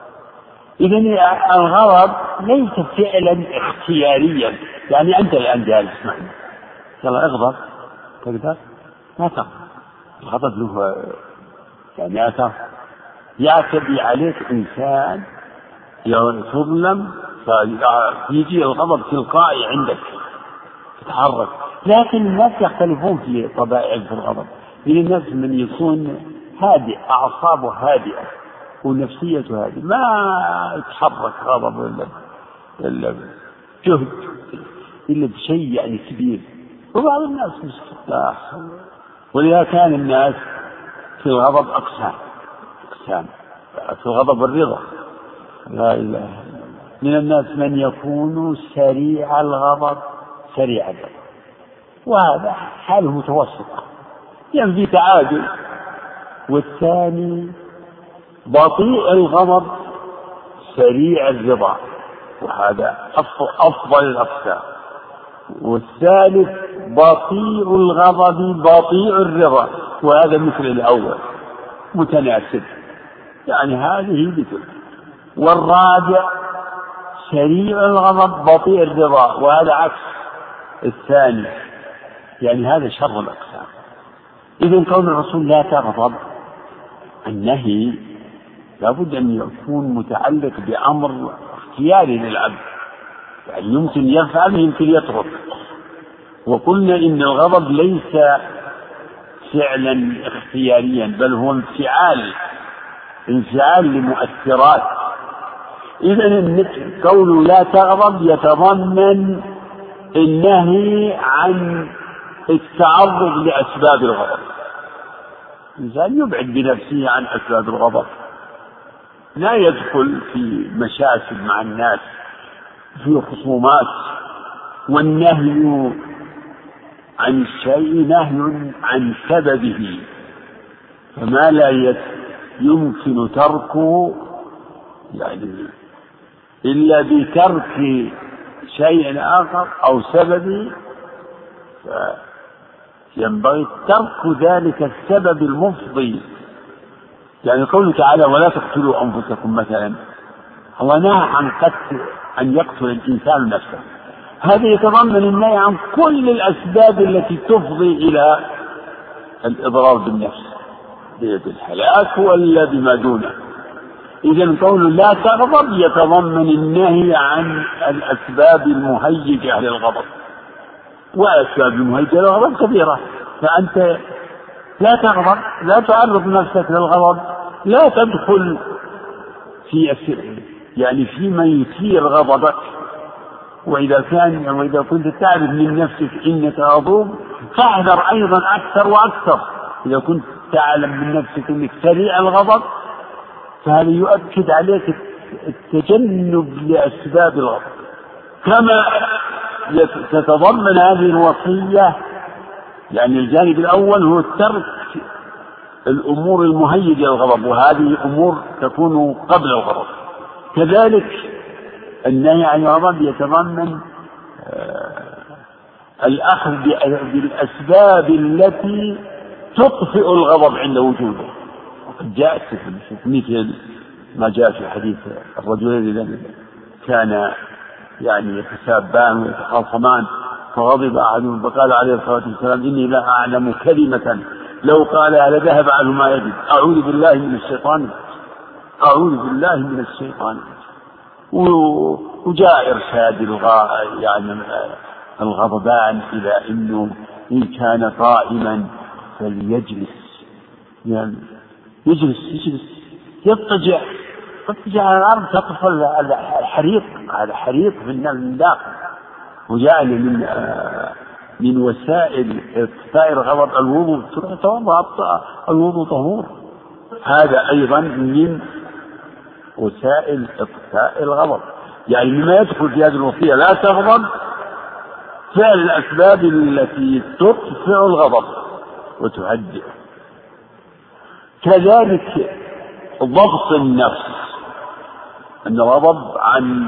إذن الغضب ليس فعلا اختياريا، يعني أنت الآن جالس معي يلا اغضب، تقدر؟ ما تقدر. الغضب له يعني أثر، يعتدي عليك إنسان تظلم فيجي الغضب تلقائي عندك تتحرك. لكن الناس يختلفون في طبائع في الغضب. من الناس من يكون هادئ، أعصابه هادئة ونفسيته هادئة، ما يتحرك غضب إلا إلا جهد إلا بشيء يعني كبير. وبعض الناس مستقاح، ولذا كان الناس في الغضب أقسام أقسام في الغضب الرضا، لا إله إلا الله. من الناس من يكون سريع الغضب سريع الغضب، وهذا حاله متوسطة يعني في تعادل. والثاني بطيء الغضب سريع الرضا، وهذا أفضل الأقسام. والثالث بطيء الغضب بطيء الرضا، وهذا مثل الأول متناسب، يعني هذه مثل. والرابع سريع الغضب بطيء الرضا، وهذا عكس الثاني، يعني هذا شر الأقسام. إذن قول الرسول لا تغضب، النهي لابد أن يكون متعلق بأمر اختياري للعبد، يعني يمكن يفعل يمكن يترك. وقلنا إن الغضب ليس فعلا اختياريا، بل هو انفعال انفعال لمؤثرات. إذن قوله لا تغضب يتضمن النهي عن التعرض لأسباب الغضب. الإنسان يبعد بنفسه عن أسباب الغضب، لا يدخل في مشاكل مع الناس في خصومات. والنهي عن الشيء نهي عن سببه، فما لا يمكن تركه يعني إلا بترك شيء آخر أو سبب، ينبغي ترك ذلك السبب المفضي. يعني قوله تعالى ولا تقتلوا أنفسكم مثلا، الله نهى عن قتل أن يقتل الإنسان نفسه، هذا يتضمن النهي عن كل الأسباب التي تفضي إلى الإضرار بالنفس بالهلاك ولا بما دونه. إذن قول لا تغضب يتضمن النهي عن الأسباب المهيجة للغضب، وأسباب المهيجة للغضب كثيرة، فأنت لا تغضب، لا تعرض نفسك للغضب، لا تدخل في يعني فيما يثير غضبك. وإذا كان وإذا كنت تعرف من نفسك إنك غضوب فاحذر أيضا أكثر وأكثر. إذا كنت تعلم من نفسك إنك سريع الغضب فهذا يؤكد عليك التجنب لأسباب الغضب. كما تتضمن هذه الوصية يعني الجانب الأول هو ترك الأمور المهيجة للغضب، وهذه أمور تكون قبل الغضب. كذلك النهي عن الغضب يتضمن الأخذ بالأسباب التي تطفئ الغضب عند وجوده. وقد جاءت مثل ما جاء في حديث الرجلين الذين كان يعني يتسابان ويتخاصمان فغضب أحدهم فقال عليه الصلاة والسلام إني لا أعلم كلمة لو قالها لذهب عنه ما يجد، أعوذ بالله من الشيطان أعوذ بالله من الشيطان. وجاء إرشاد الغاء يعني الغضبان إلى إنه إن كان قائما فليجلس، يعني يجلس يجلس يضطجع يضطجع على الأرض تطفل الحريق، هذا حريق من داخل. وجاء من من وسائل إطفاء الغضب الوضوء، الوضوء طهور، هذا أيضا من وسائل إطفاء الغضب. يعني مما يدخل في هذه الوصية لا تغضب فعل الأسباب التي تطفئ الغضب وتهدئه. كذلك ضبط النفس، أن الغضب عن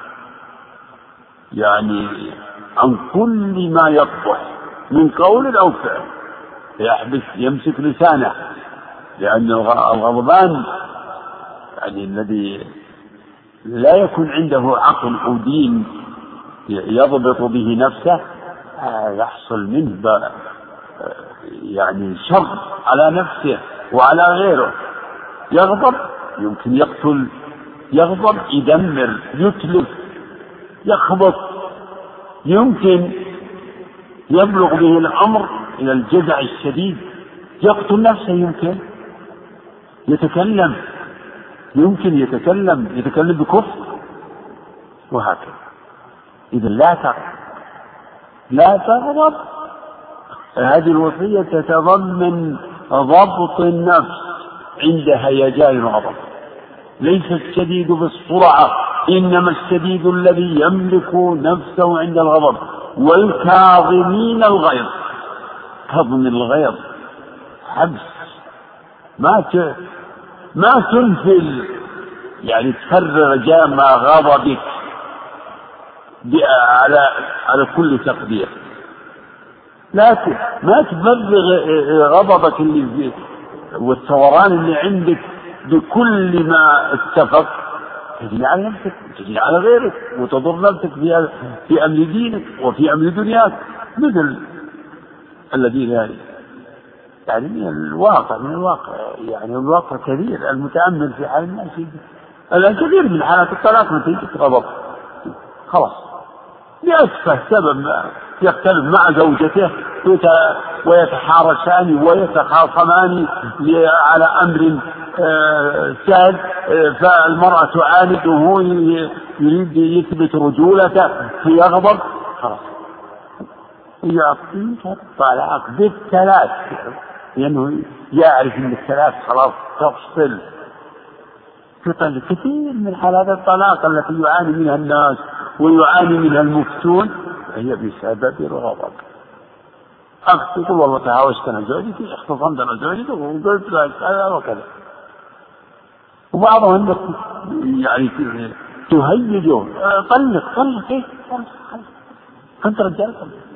يعني عن كل ما يقبح من قول أو فعل، يحبس يمسك لسانه، لأن الغضبان يعني الذي لا يكون عنده عقل أو دين يضبط به نفسه يحصل منه يعني شر على نفسه وعلى غيره. يغضب يمكن يقتل، يغضب يدمر، يتلف، يخبط، يمكن يبلغ به الأمر إلى الجزع الشديد، يقتل نفسه، يمكن يتكلم، يمكن يتكلم يتكلم بكفر، وهكذا. إذا لا تغضب، لا تغضب. هذه الوصية تتضمن ضبط النفس عند هيجان الغضب. ليس الشديد بالسرعة، إنما الشديد الذي يملك نفسه عند الغضب. والكاظمين الغيظ، كظم الغيظ حبس، ما ت... ما تنفل يعني تفرغ جام غضبك على على كل تقدير. لا ت... ما تفرغ غضبك اللي والثوران اللي عندك بكل ما اتفق، تجري على نفسك، تجري على غيرك، وتضر نفسك في في أمر دينك وفي أمر دنياك، مثل الذين يعني يعني من الواقع من الواقع يعني الواقع كثير. المتأمل في حال الناس الآن كثير من حالات الطلاق نتيجة غضب، خلاص لأسفه سبب يختلف مع زوجته ويتحارشان ويتخاصمان على أمر سهل، فالمرأة تعاند وهو يريد يثبت رجولته فيغضب، خلاص يعطيك الطلاق بالثلاث، لأنه يعرف أن الثلاث خلاص تفصل. في كثير من حالات الطلاق التي يعاني منها الناس ويعاني منها المفتون هي بسبب الغضب. أخت تقول والله تهاوشت أنا زوجتي، اختصمت أنا زوجتي وقلت لها كذا وكذا، وبعضهم يعني تهيجه طلق طلق كيف أنت رجال،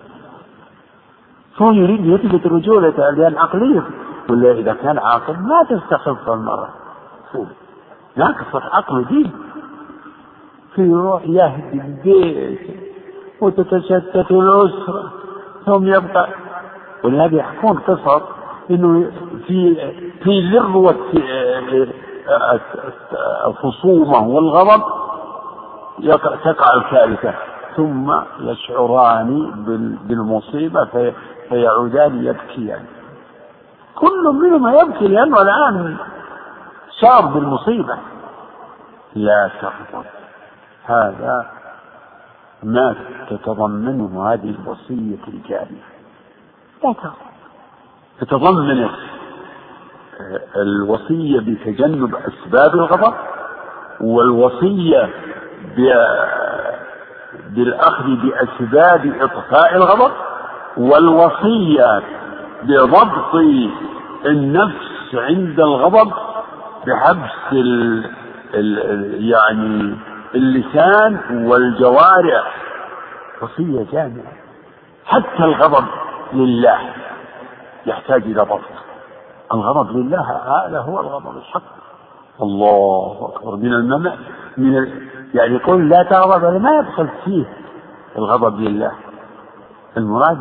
هو يريد يثبت رجولته العقلية، ولا إذا كان عاقل ما تستخف المرأة، ناقص عقل دين، في يروح يهدي البيت وتتشتت الأسرة ثم يبقى. ولهذا يحكون قصص إنه في في ذروة الخصومة والغضب تقع الكارثة، ثم يشعران بالمصيبة في فيعودان يبكيان، كل منهما يبكي لأنه الآن شعر بالمصيبة. لا تغضب، هذا ما تتضمنه هذه الوصية الجارية. لا تغضب، تتضمن الوصية بتجنب أسباب الغضب، والوصية بالأخذ بأسباب إطفاء الغضب، والوصية بضبط النفس عند الغضب بحبس ال ال يعني اللسان والجوارح. وصية جامعة. حتى الغضب لله يحتاج إلى ضبط. الغضب لله هذا هو الغضب الحق. الله أكبر. من الممع من ال... يعني يقول لا تغضب، ما يدخل فيه الغضب لله. المراد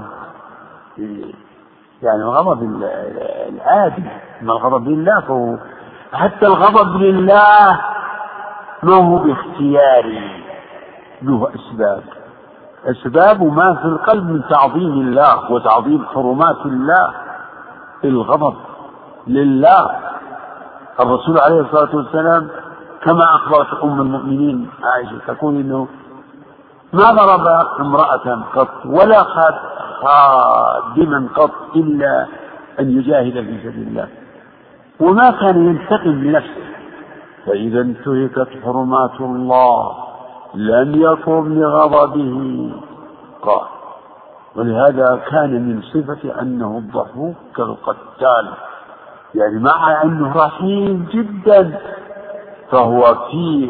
يعني الغضب العادي، ما الغضب لله فهو حتى الغضب لله ما هو باختياري، له أسباب. أسباب ما في القلب من تعظيم الله وتعظيم حرمات الله. الغضب لله. الرسول عليه الصلاة والسلام كما أخبرت أم المؤمنين عائشة تقول إنه ما ضرب امرأة قط ولا خادما قط إلا أن يجاهد في سبيل الله، وما كان ينتقم لنفسه. فإذا انتهكت حرمات الله لم يقم لغضبه قال. ولهذا كان من صفة أنه الضحوك كالقتال، يعني مع أنه رحيم جدا فهو في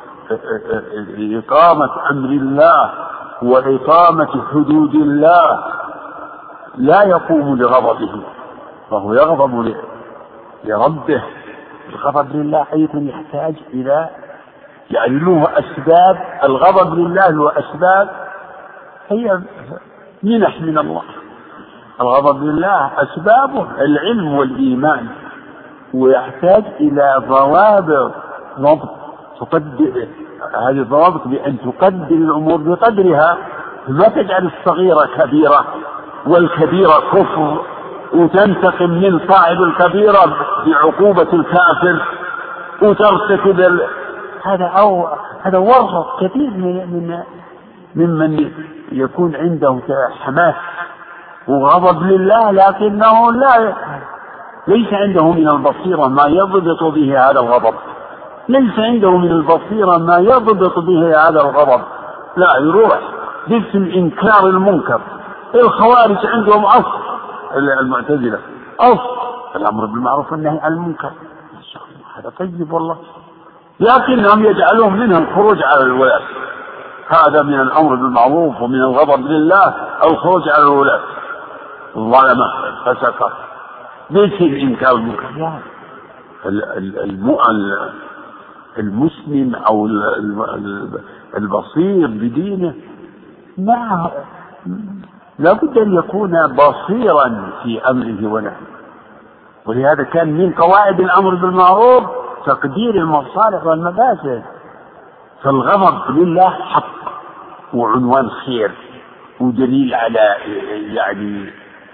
إقامة أمر الله وإقامة حدود الله لا يقوم لغضبه، فهو يغضب لربه. الغضب لله أيضا يحتاج إلى يعني له أسباب. الغضب لله له أسباب هي منح من الله. الغضب لله أسبابه العلم والإيمان، ويحتاج إلى ضوابط ضبط تقدر هذه الضوابط بأن تقدر الأمور بقدرها، ما تجعل الصغيرة كبيرة والكبيرة كفر وتنتقم من صاحب الكبيرة بعقوبة الكافر وترتكب ال... هذا أو هذا ورط كثير من ممن يكون عنده حماس وغضب لله لكنه لا ليس عنده من البصيرة ما يضبط به هذا الغضب، ليس عنده من البصيرة ما يضبط به هذا الغضب، لا يروح باسم إنكار المنكر. الخوارج عندهم أصل، المعتزلة أصل الأمر بالمعروف والنهي عن المنكر، هذا طيب والله، لكنهم يجعلون منها الخروج على الولاة. هذا من الأمر بالمعروف ومن الغضب لله الخروج على الولاة الظلمة فسقط باسم إنكار المنكر. المسلم أو البصير بدينه ما لا بد أن يكون بصيرا في أمره ونهيه، ولهذا كان من قواعد الأمر بالمعروف تقدير المصالح والمفاسد. فالغضب لله حق وعنوان خير ودليل على يعني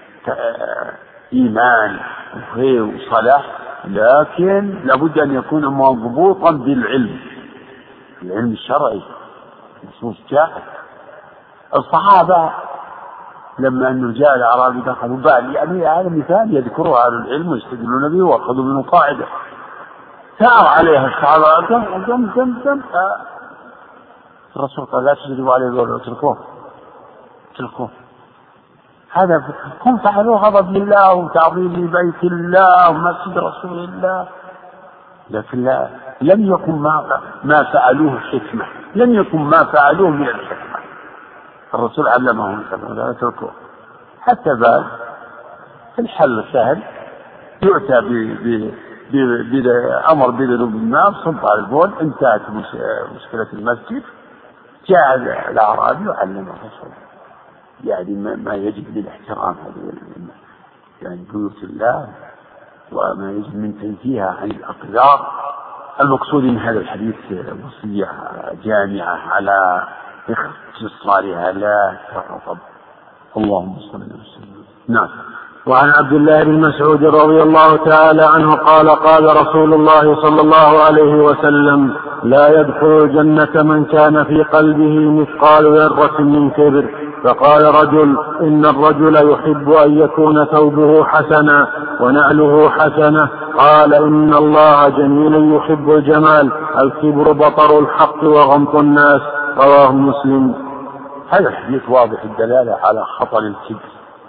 إيمان وخير وصلاح، لكن لابد أن يكون مضبوطا بالعلم، العلم الشرعي نصوص جاءت. الصحابة لما أنه جاء الأعرابي دخلوا بال، يعني هذا مثال يذكره أهل العلم ويستدلون به وأخذوا منه قاعدة. سار عليها الصحابة كم كم كم كم الرسول قال لا تجربوا عليه ولا اتركوه اتركوه. هذا هم فعلوا غضب لله وتعظيم لبيت الله ومسجد رسول الله، لكن لا لم يكن ما ما فعلوه الحكمة، لم يكن ما فعلوه من الحكمة. الرسول علمهم كذا لا اتركوه حتى بعد الحل سهل، يؤتى ب بأمر بذنوب الناس صب على البول، انتهت مشكلة المسجد. جاء الأعرابي وعلم الرسول يعني ما يجب للاحترام هذه يعني بيوت الله وما يجب من تنزيهها عن الأقدار. المقصود من هذا الحديث وصية جامعة على اختصارها لا ترتب. اللهم صل وسلم. نعم. وعن عبد الله بن مسعود رضي الله تعالى عنه قال قال رسول الله صلى الله عليه وسلم لا يدخل الجنة من كان في قلبه مثقال ذرة من كبر. فقال رجل إن الرجل يحب أن يكون ثوبه حسنا ونعله حسنة. قال إن الله جميل يحب الجمال، الكبر بطر الحق وغمط الناس. رواه مسلم. هذا الحديث واضح الدلالة على خطر الكبر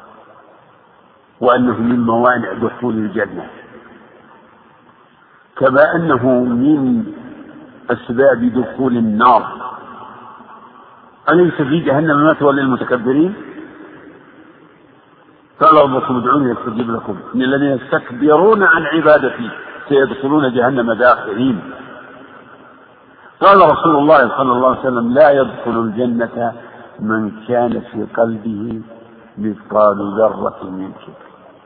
وأنه من موانع دخول الجنة، كما أنه من أسباب دخول النار. أليس في جهنم مثوى للمتكبرين؟ قال ربكم ادعوني استجب لكم إن الذين يستكبرون عن عبادتي سيدخلون جهنم داخرين. قال رسول الله صلى الله عليه وسلم لا يدخل الجنة من كان في قلبه مثقال ذرة من كبر.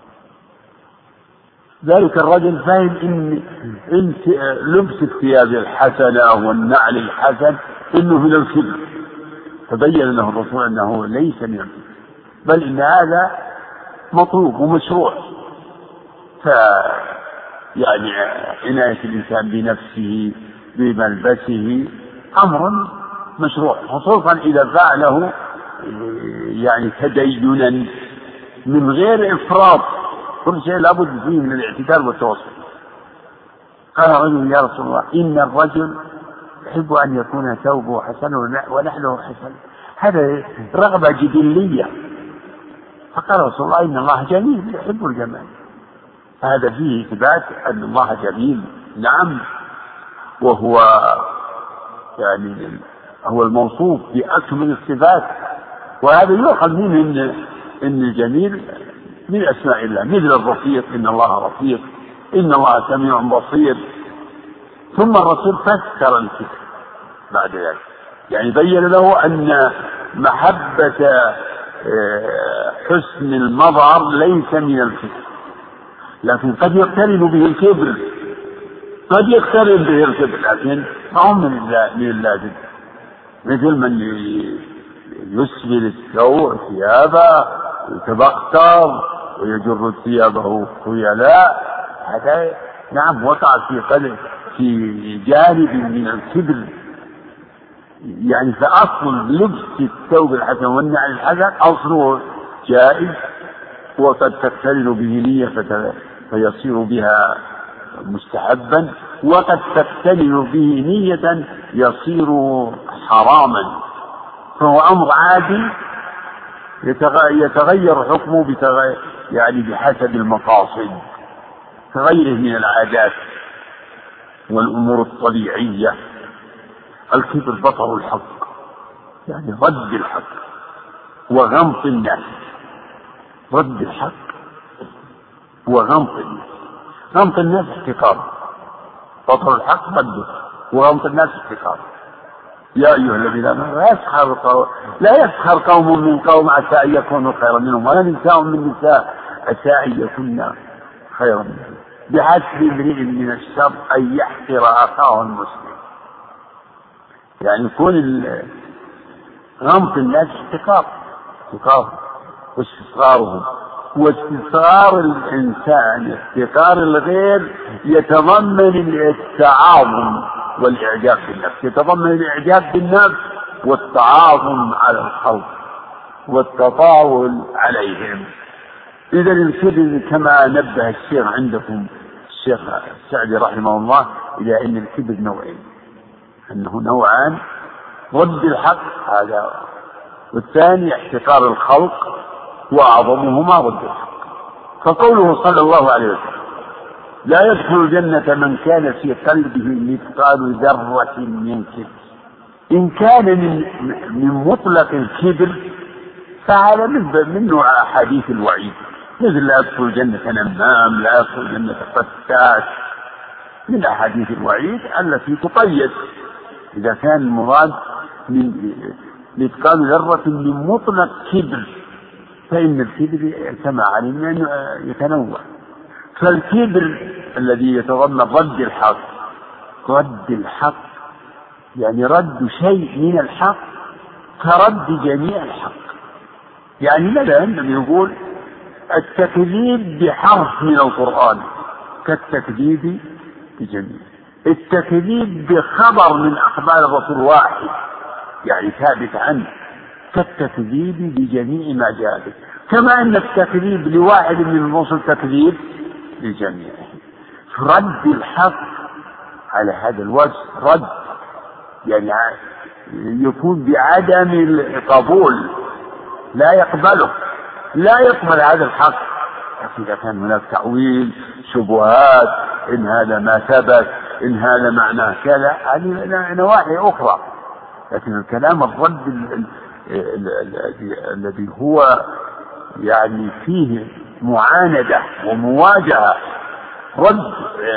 ذلك الرجل فهم إن, إن لبس الثياب الحسنة والنعل الحسن إنه من الكبر، فبين له الرسول أنه ليس من الكبر، بل إن هذا مطلوب ومشروع. ف يعني عناية الإنسان بنفسه بملبسه أمر مشروع، خصوصا إذا فعله يعني تدينا من غير إفراط. كل شيء لابد فيه من الاعتدال والتوسط. قال رجل يا رسول الله إن الرجل يحب أن يكون ثوبه حسن ونحله حسن. هذا رغبة جبلية. فقال رسول الله إن الله جميل يحب الجمال. هذا فيه إثبات أن الله جميل، نعم، وهو يعني هو الموصوف بأكمل الصفات، وهذا يؤخذ منه إن, إن الجميل من أسماء الله، مثل الرفيق، إن الله رفيق، إن الله سميع بصير. ثم الرسول فسر الكبر بعد ذلك، يعني بين له أن محبة حسن المظهر ليس من الكبر، لكن قد يقترن به الكبر، قد يقترن به الكبر، لكن ما هو من اللازم، مثل من يسبل الثوب ثيابه ويتبختر ويجر ثيابه خيلاء، هذا نعم وقع في قلب في جانب من الكبر. يعني فأصل لبس الثوب الحسن والنعل الحسن أصله جائز، وقد تقترن به نية فيصير بها مستحبا، وقد تقترن به نية يصير حراما، فهو أمر عادي يتغير حكمه بتغير يعني بحسب المقاصد كغيره من العادات والأمور الطبيعية. الكبر بطر الحق، يعني رد الحق وغمط الناس، رد الحق وغمط الناس. غمط الناس احتقار، بطر الحق رده، وغمط الناس احتقار. يا أيها الذين آمنوا لا يسخر قوم لا يسخر قوم من قوم عسى أن يكونوا خيرا منهم، ولا نساء من نساء عسى أن يكون خيرا منهم، بحسب امرئ من الشر أن يحقر أخاه المسلم. يعني يكون غمط الناس احتقار احتقار واستصغارهم، واستصغار الإنسان احتقار الغير يتضمن التعاظم والإعجاب بالنفس، يتضمن الإعجاب بالنفس والتعاظم على الخلق والتطاول عليهم. إذا الكبر كما نبه الشيخ عندكم الشيخ السعدي رحمه الله إلى أن الكبر نوعين، أنه نوعان، رد الحق هذا، والثاني احتقار الخلق، وأعظمهما رد الحق. فقوله صلى الله عليه وسلم لا يدخل الجنة من كان في قلبه مثقال ذرة من كبر. إن كان من, من مطلق الكبر فهذا من نوع أحاديث الوعيد، مثل لا يدخل الجنة نمام، لا يدخل الجنة فتاش، من أحاديث الوعيد التي تقيد إذا كان المراد من مثقال ذرة من مطلق كبر، فإن الكبر كما علمنا أنه يتنوع. فالكبر الذي يتضمن رد الحق، رد الحق يعني رد شيء من الحق كرد جميع الحق. يعني مثلا النبي يقول التكذيب بحرف من القرآن كالتكذيب بجميع، التكذيب بخبر من أخبار الرسول واحد يعني ثابت عنه كالتكذيب بجميع ما جاء به، كما أن التكذيب لواحد من الرسل تكذيب للجميع. رد الحق على هذا الوجه رد يعني يكون بعدم القبول، لا يقبله، لا يقبل هذا الحق. إذا كان هناك تأويل شبهات، إن هذا ما ثبت، إن هذا معناه كذا، هذه نواحي أخرى. لكن الكلام الرد الذي هو يعني فيه معاندة ومواجهة، رد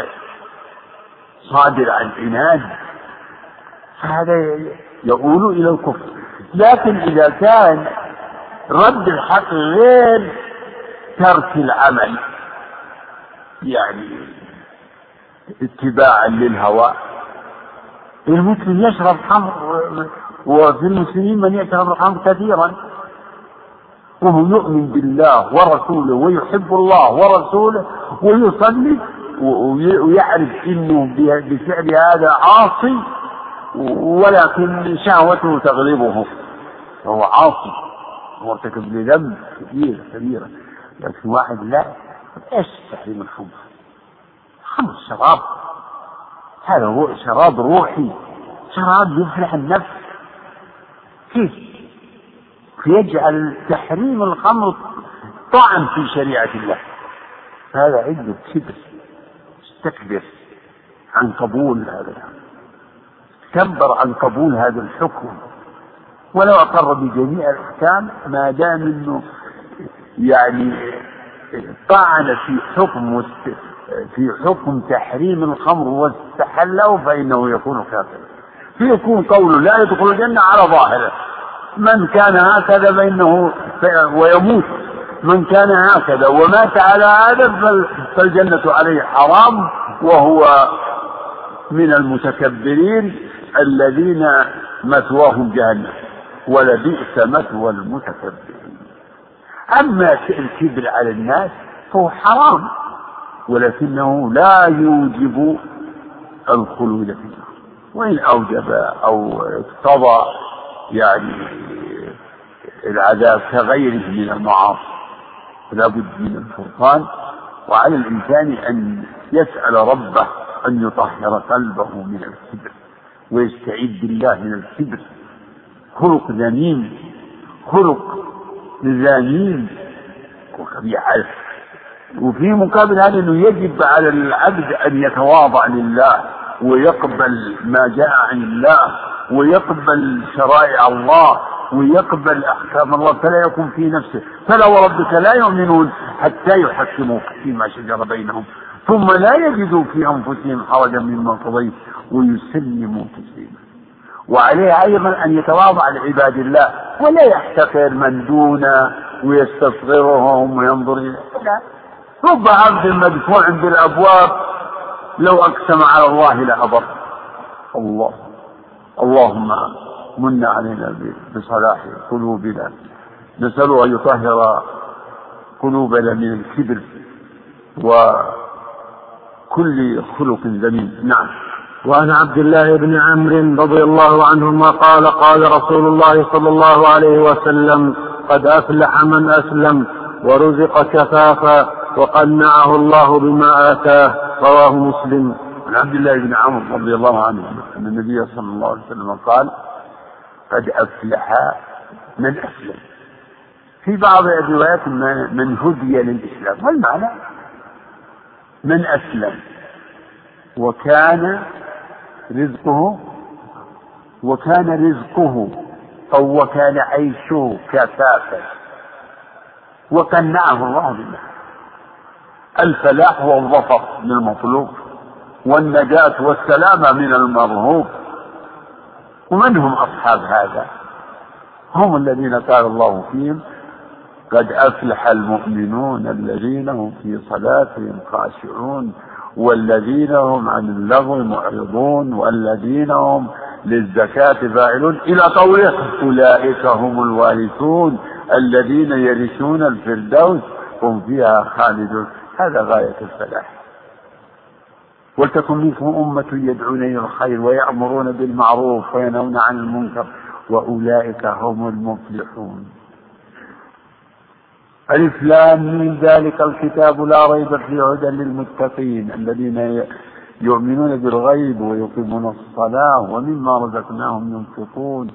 صادر عن عناد، فهذا يؤول إلى الكفر. لكن إذا كان رد الحق غير ترك العمل، يعني اتباعا للهوى، المسلم يشرب خمر، وفي المسلمين من يشرب الخمر كثيرا وهو يؤمن بالله ورسوله ويحب الله ورسوله ويصلي ويعرف انه بفعل هذا عاصي، ولكن شهوته تغلبه، فهو عاصي مرتكب لذنب كبيرة كبيرة. لكن واحد لا، ايش تحريم الخمر؟ خمر شراب، هذا هو شراب روحي، شراب يفرح النفس، كيف يجعل تحريم الخمر طعن في شريعة الله؟ هذا عنده كبر، استكبر عن قبول هذا، كبر عن قبول هذا الحكم، ولو أقر بجميع الأحكام ما دام إنه يعني طعن في حكم في حكم تحريم الخمر واستحله فإنه يكون كافرا، فيكون قوله لا يدخل الجنة على ظاهره، من كان هكذا فإنه ويموت، من كان هكذا ومات على هذا فالجنة عليه حرام، وهو من المتكبرين الذين مثواهم جهنم ولبئس مثوى المتكبرين. أما الكبر على الناس فهو حرام، ولكنه لا يوجب الخلود فيه، وإن أوجب أو اقتضى يعني العذاب كغيره من المعاصي فلا بد من الفرقان. وعلى الإنسان أن يسأل ربه أن يطهر قلبه من الكبر ويستعيذ بالله من الكبر. خلق ذميم، خلق ذميم وقبيح. وفي مقابل هذا أنه يجب على العبد أن يتواضع لله ويقبل ما جاء عن الله ويقبل شرائع الله ويقبل أحكام الله، فلا يكون في نفسه فلا وربك لا يؤمنون حتى يحكموك فيما شجر بينهم ثم لا يجدوا في أنفسهم حرجا مما قضيت ويسلموا تسليما. وعليه أيضا أن يتواضع لعباد الله ولا يحتقر من دونه ويستصغرهم وينظر إليه. رب عبد مدفوع بالأبواب لو أقسم على الله لأبر. الله اللهم من علينا بصلاح قلوبنا، نسأله أن يطهر قلوبنا من الكبر وكل خلق ذميم. نعم. وعن عبد الله بن عمرو رضي الله عنهما قال قال رسول الله صلى الله عليه وسلم قد أفلح من أسلم ورزق كفافا وقنعه الله بما آتاه. رواه مسلم. عن عبد الله بن عمرو رضي الله عنه أن النبي صلى الله عليه وسلم قال قد أفلح من أسلم. في بعض الروايات من هدي للإسلام، والمعنى من أسلم وكان رزقه وكان رزقه أو وكان عيشه كفافا وقنعه الله بالله. الفلاح والظفر من المطلوب والنجاة والسلامة من المرهوب. ومن هم أصحاب هذا؟ هم الذين قال الله فيهم قد أفلح المؤمنون الذين هم في صلاتهم خاشعون والذين هم عن اللغو معرضون والذين هم للزكاة فاعلون إلى قوله أولئك هم الوارثون الذين يرثون الفردوس هم فيها خالدون. هذا غاية الفلاح. ولتكن منكم أمة يدعون إلى الخير ويأمرون بالمعروف وينهون عن المنكر وأولئك هم المفلحون. ألف لام من ذلك الكتاب لا ريب فيه هدى للمتقين الذين يؤمنون بالغيب ويقيمون الصلاة ومما رزقناهم ينفقون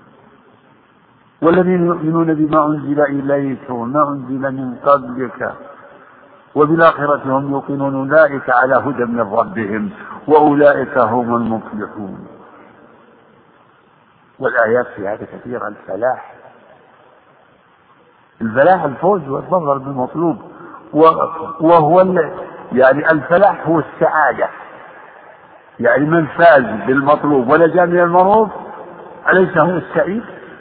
والذين يؤمنون بما أنزل إليك وما أنزل من قبلك وبالآخرة هم يوقنون أولئك على هدى من ربهم وأولئك هم المفلحون. والآيات في هذا كثيرة. الفلاح الفلاح الفوز والظفر بالمطلوب، وهو يعني الفلاح هو السعادة، يعني من فاز بالمطلوب ونجا من المرغوب أليس هو السعيد؟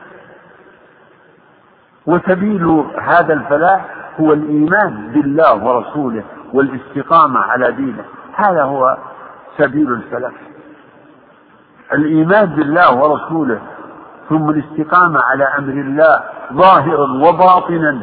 وسبيل هذا الفلاح هو الإيمان بالله ورسوله والاستقامة على دينه. هذا هو سبيل الفلاح، الإيمان بالله ورسوله ثم الاستقامة على أمر الله ظاهرا وباطنا.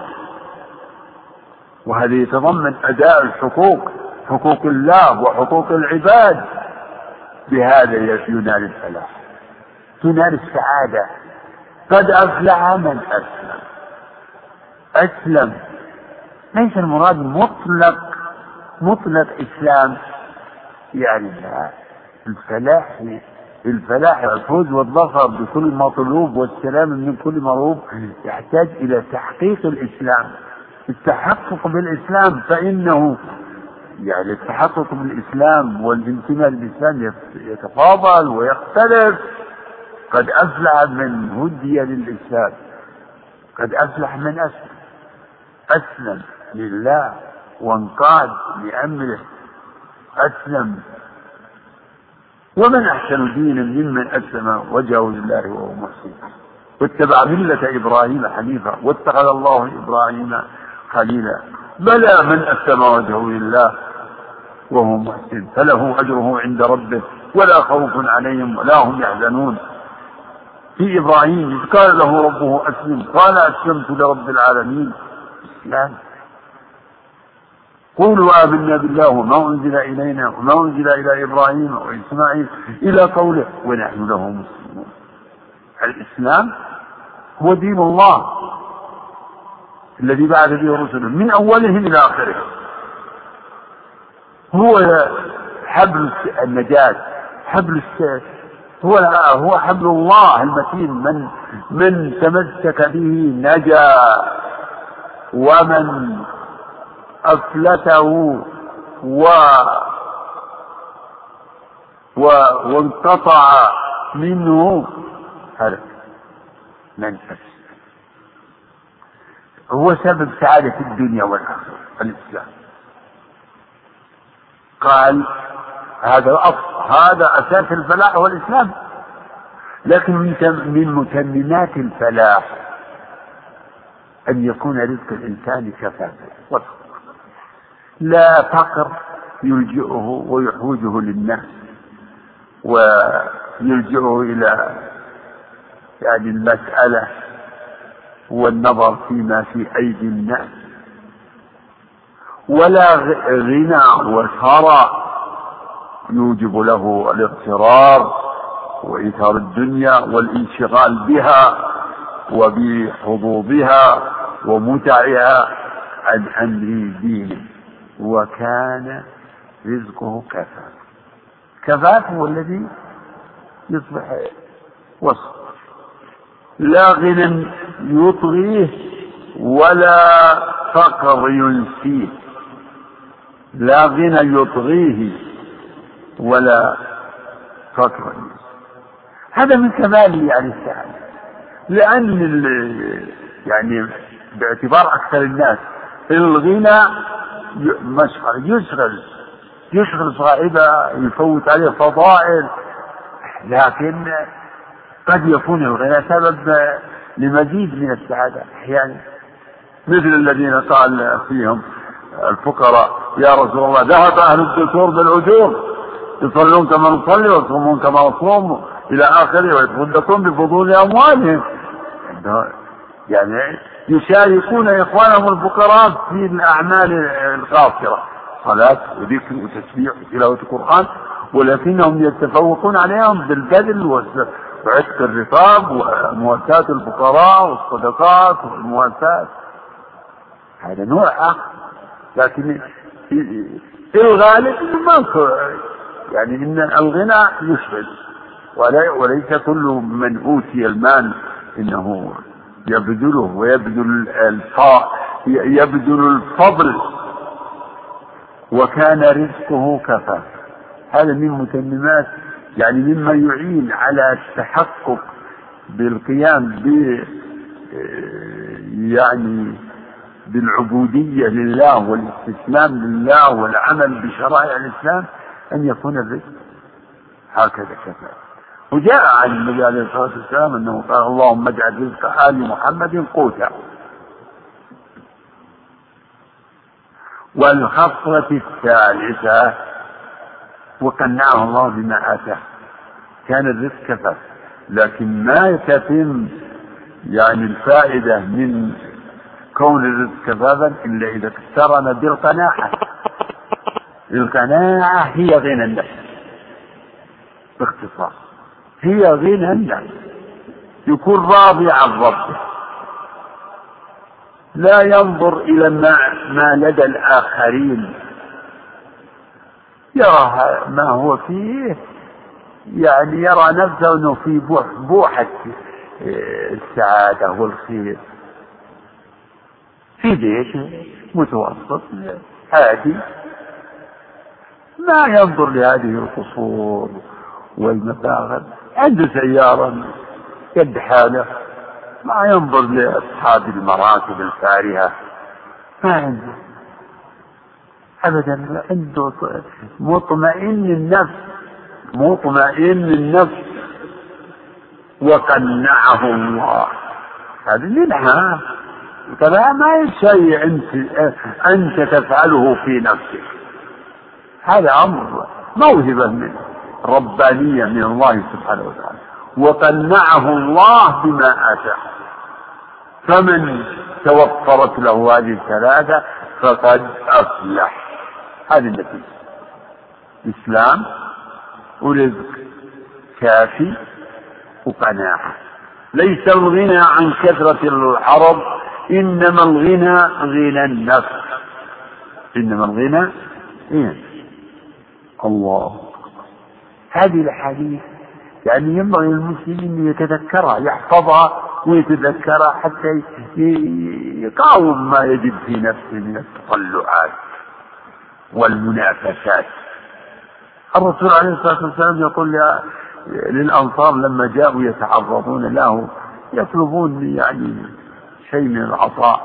وهذا يتضمن أداء الحقوق، حقوق الله وحقوق العباد. بهذا ينال الفلاح، تنال السعادة. قد أفلح من أسلم. أسلم ليس المراد مطلق مطلق إسلام، يعني الفلاح الفلاح الفوز والظفر بكل مطلوب والسلام من كل مرغوب يحتاج إلى تحقيق الإسلام التحقق بالإسلام، فإنه يعني التحقق بالإسلام والانتماء للإسلام يتفاضل ويختلف. قد أفلح من هدي للإسلام، قد أفلح من أسلم أسلم لله وانقاد لأمره أسلم. ومن أحسن دينا ممن أسلم وجهه لله وهو محسن واتبع ملة إبراهيم حنيفا واتخذ الله إبراهيم خليلا. بلى من أسلم وجهه لله وهو محسن فله أجره عند ربه ولا خوف عليهم ولا هم يحزنون. في إبراهيم إذ قال له ربه أسلم قال أسلمت لرب العالمين. إسلام. قولوا آمنا بالله وما أنزل إلينا وما أنزل إلى إبراهيم وإسماعيل إلى قوله ونحن له مسلمون. الإسلام هو دين الله الذي بعث به رسله من أولهم إلى آخرهم، هو حبل النجاة، حبل السيف، هو هو حبل الله المتين، من من تمسك به نجا ومن أفلته و و وانقطع منه هلك. من هو سبب سعادة الدنيا والآخرة الإسلام. قال هذا الأصل، هذا أساس الفلاح والإسلام. لكن من متممات الفلاح أن يكون رزق الإنسان كفافا، لا فقر يلجئه ويحوجه للناس ويلجئه إلى يعني المسألة والنظر فيما في أيدي الناس، ولا غنى وثراء يوجب له الاغترار وإيثار الدنيا والانشغال بها وبحظوظها ومتعها عن أمر دينه. وكان رزقه كفاف. كفاف هو الذي يصبح وسط، لا غنى يطغيه ولا فقر ينسيه، لا غنى يطغيه ولا فقر ينسيه. هذا من كمال يعني السعادة، لأن يعني باعتبار أكثر الناس الغنى مشغل يشغل يشغل صاحبه يفوت عليه فضائل، لكن قد يكون الغنى سبب لمزيد من السعادة أحيانا، مثل الذين قال فيهم الفقراء يا رسول الله ذهب أهل الدثور بالأجور يصلون كما نصلي ويصومون كما نصوم إلى آخره ويتصدقون بفضول أموالهم، يعني يشاركون إخوانهم الفقراء في الأعمال القاصرة صلاة وذكر وتسبيح وتلاوة القرآن، ولكنهم يتفوقون عليهم بالبذل وعتق الرقاب ومواساة الفقراء والصدقات والمواساة. هذا نوع آخر، لكن في الغالب ما يعني إن الغنى يشغل، وليس كل من أوتي المال إنه يبذله ويبذل الفاء يبذل الفضل. وكان رزقه كفاف. هذا من متممات يعني مما يعين على التحقق بالقيام ب يعني بالعبودية لله والاستسلام لله والعمل بشرائع الإسلام أن يكون الرزق هكذا كفاف. وجاء عن النبي عليه الصلاة والسلام أنه قال اللهم اجعل رزق آل محمد قوتا. والخصلة الثالثة وقنعه الله بما آتاه، كان الرزق كفاف، لكن ما يتم يعني الفائدة من كون الرزق كفافا إلا إذا اقترن بالقناعة. القناعة هي غنى النفس باختصار، هي غنى النفس، يكون راضي عن ربه، لا ينظر إلى ما, ما لدى الآخرين، يرى ما هو فيه، يعني يرى نفسه أنه في بوحة السعادة والخير. في بيت متوسط هادي ما ينظر لهذه القصور والمفاخر، عنده سيارة قد حاله، ما ينظر لأصحاب المراكب الفارهة، ما عنده أبدا، عنده مطمئن النفس، مطمئن النفس وقنعه الله. هذه منها كذا، ما شيء أنت أنت تفعله في نفسك، هذا أمر موهبة من ربانية من الله سبحانه وتعالى، وقنعه الله بما آتاه. فمن توفرت له هذه الثلاثة فقد أفلح. هذه النتيجة، إسلام ورزق كافي وقناعة. ليس الغنى عن كثرة العرض، إنما الغنى غنى النفس، إنما الغنى إيه؟ الله. هذه الحديث يعني ينبغي للمسلم أن يتذكرها، يحفظها ويتذكرها حتى يقاوم ما يجد في نفسه من التطلعات والمنافسات. الرسول عليه الصلاة والسلام يقول للأنصار لما جاءوا يتعرضون له يطلبون يعني شيء من العطاء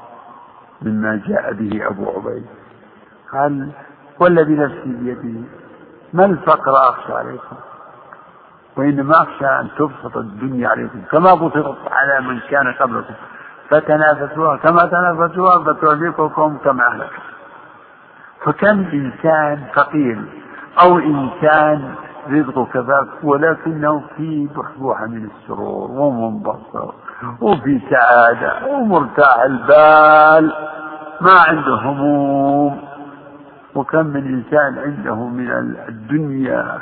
مما جاء به أبو عبيد، قال والذي نفسي بيده ما الفقر أخشى عليكم، وإنما أخشى أن تبسط الدنيا عليكم كما بسطت على من كان قبلكم فتنافسوها كما تنافسوها فتهلككم كما أهلك. فكم إنسان فقير أو إنسان رزقه كفاف ولكنه في بحبوحة من السرور ومنبسط وفي سعادة ومرتاح البال، ما عنده هموم. وكم من إنسان عنده من الدنيا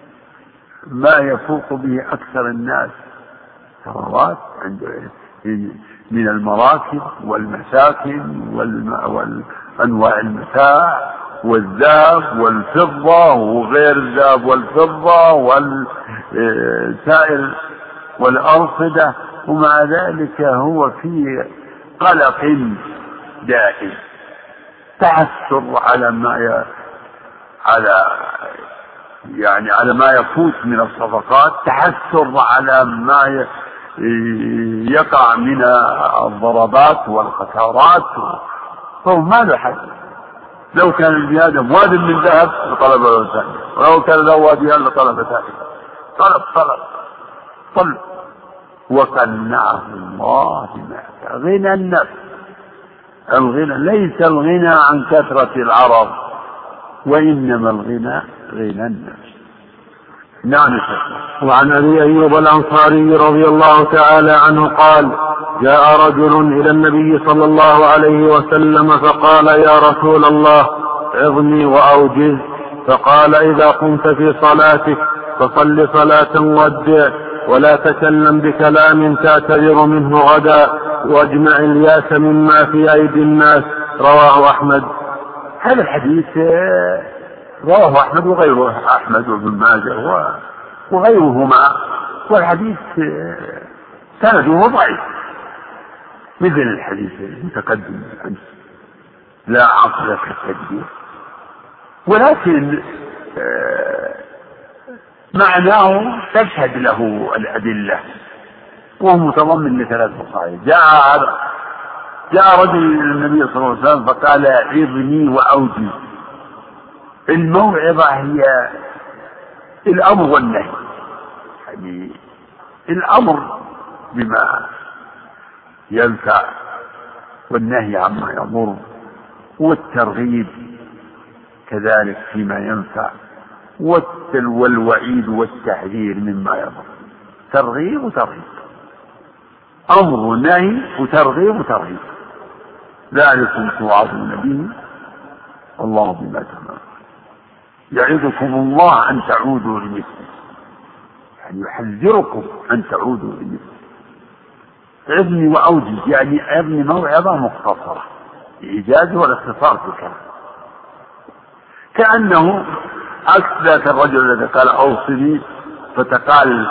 ما يفوق به أكثر الناس، ثروات عنده من المراكب والمساكن والأنواع المتاع والذهب والفضة وغير الذهب والفضة والسائر والأرصدة، ومع ذلك هو في قلق دائم، تحسر على ما ي... على يعني على ما يفوت من الصفقات، تحسر على ما ي... يقع من الضربات والخسارات، فهو ما له حد. لو كان ابن آدم واد من ذهب لطلب له ثانية، ولو كان له واديان لطلب ثانية، طلب طلب طلب. وقنعه الله بما غنى النفس. الغنى ليس الغنى عن كثرة العرض، وإنما الغنى غنى النفس. نعم. وعن أبي أيوب الأنصاري رضي الله تعالى عنه قال: جاء رجل إلى النبي صلى الله عليه وسلم فقال: يا رسول الله عظني وأوجز. فقال: إذا قمت في صلاتك فصل صلاة ودع، ولا تكلم بكلام تعتذر منه غدا، واجمع الياس مما في أيدي الناس. رواه أحمد. هذا الحديث رواه أحمد وغيره، أحمد وابن ماجه وغيرهما، والحديث سنده ضعيف مثل الحديث المتقدم عنه، لا عقل في التدبير، ولكن معناه تشهد له الأدلة، وهو متضمن لثلاث مصائب. جاء جاء رجل إلى النبي صلى الله عليه وسلم فقال: عظني وأوجز. الموعظة هي الأمر والنهي، يعني الأمر بما ينفع والنهي عما يضر، والترغيب كذلك فيما ينفع، والوعيد والتحذير مما يضر. ترغيب وترهيب، أمر ونهي وترغيب وترهيب. ذلكم توعظون به والله بما تعملون. يعظكم الله أن تعودوا لمثله، يعني يحذركم أن تعودوا لمثله. عظني وأوجز، يعني عظني موعظة مختصرة، الإيجاز والاختصار في الكلام، كأنه عكس ذاك الرجل الذي قال: أوصني فتقال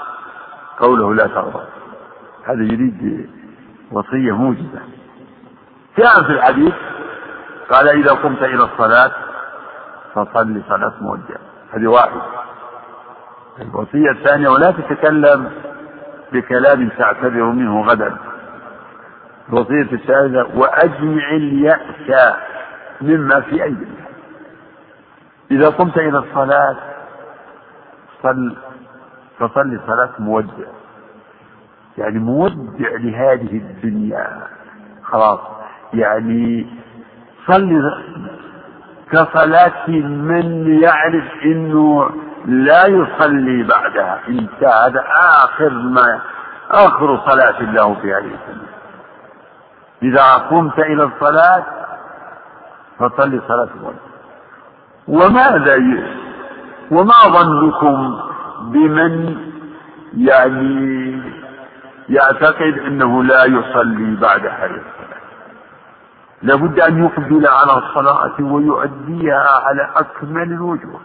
قوله لا تغضب. هذا يريد وصية موجزة، جاء في الحديث قال إذا قمت إلى الصلاة فصل صلاة موجه. هذه واحدة. الوصية الثانية ولا تتكلم بكلام تعتذر منه غدا. الوصية الثالثة وأجمع اليأس مما في أيديك. إذا قمت إلى الصلاة صل فصل صلاة مودع، يعني مودع لهذه الدنيا خلاص، يعني صل كصلاة من يعرف إنه لا يصلي بعدها، انتهى، هذا آخر ما آخر صلاة له في هذه الدنيا. إذا قمت إلى الصلاة فصل صلاة مودع. وماذا ي... وما ظنكم بمن يعني يعتقد أنه لا يصلي بعد هذه الصلاة؟ لابد أن يقبل على الصلاة ويؤديها على أكمل الوجوه،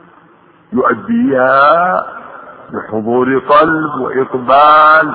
يؤديها بحضور قلب وإقبال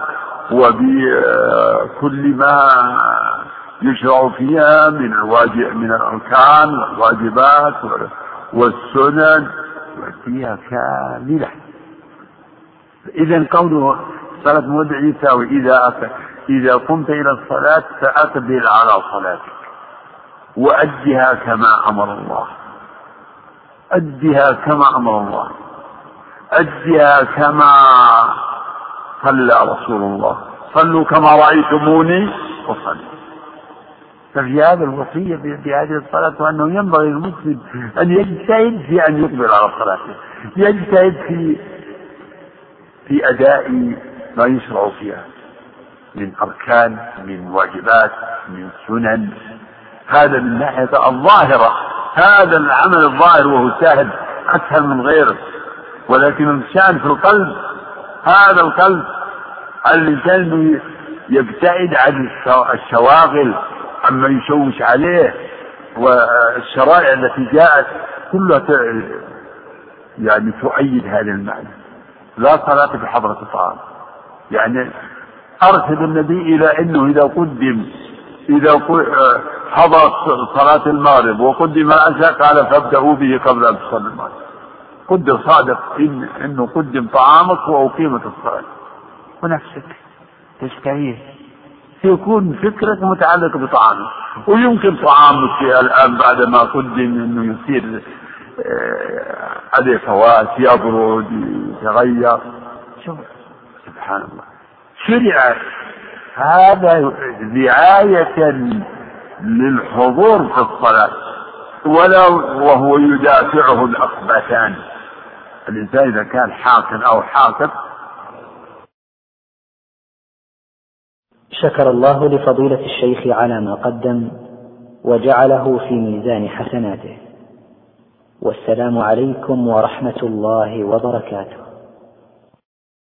وبكل ما يشرع فيها من الواجب من الأركان والواجبات والسنن، يؤديها كاملة. إذن قوله صلاة مودع يساوي إذا إذا قمت إلى الصلاة فأقبل على صلاتك وأدها كما أمر الله، أدها كما أمر الله، أدها كما صلى رسول الله، صلوا كما رأيتموني وصلوا. ففي هذا الوصية بهذه الصلاة وأنه ينبغي المسلم أن يجتهد في أن يقبل على صلاته، يجتهد في في أداء ما يشرع فيها من أركان، من واجبات، من سنن. هذا من ناحية الظاهرة، هذا العمل الظاهر وهو سهل أسهل من غيره. ولكن الشأن في القلب، هذا القلب الإنسان يبتعد عن الشواغل عما يشوش عليه، والشرائع التي جاءت كلها يعني تؤيد هذا المعنى. لا صلاة في حضرة الطعام، يعني أرشد النبي إلى أنه إذا قدم إذا حضر صلاة المغرب وقدم العشاء قال فابدأوا به قبل أن تصلي المغرب. قدر صادق إن إنه قدم طعامك وأقيمت الصلاة، ونفسك تشتهيه سيكون فكرك متعلقة بطعامك. ويمكن طعامك الآن بعد ما قدم إنه يصير عليه فوات، يبرد، يتغير. شوف سبحان الله، شرع هذا رعاية للحضور في الصلاة، ولو وهو يدافعه الأخبثان. الإنسان إذا كان حاقد أو حاقد. شكر الله لفضيلة الشيخ على ما قدم وجعله في ميزان حسناته. والسلام عليكم ورحمة الله وبركاته.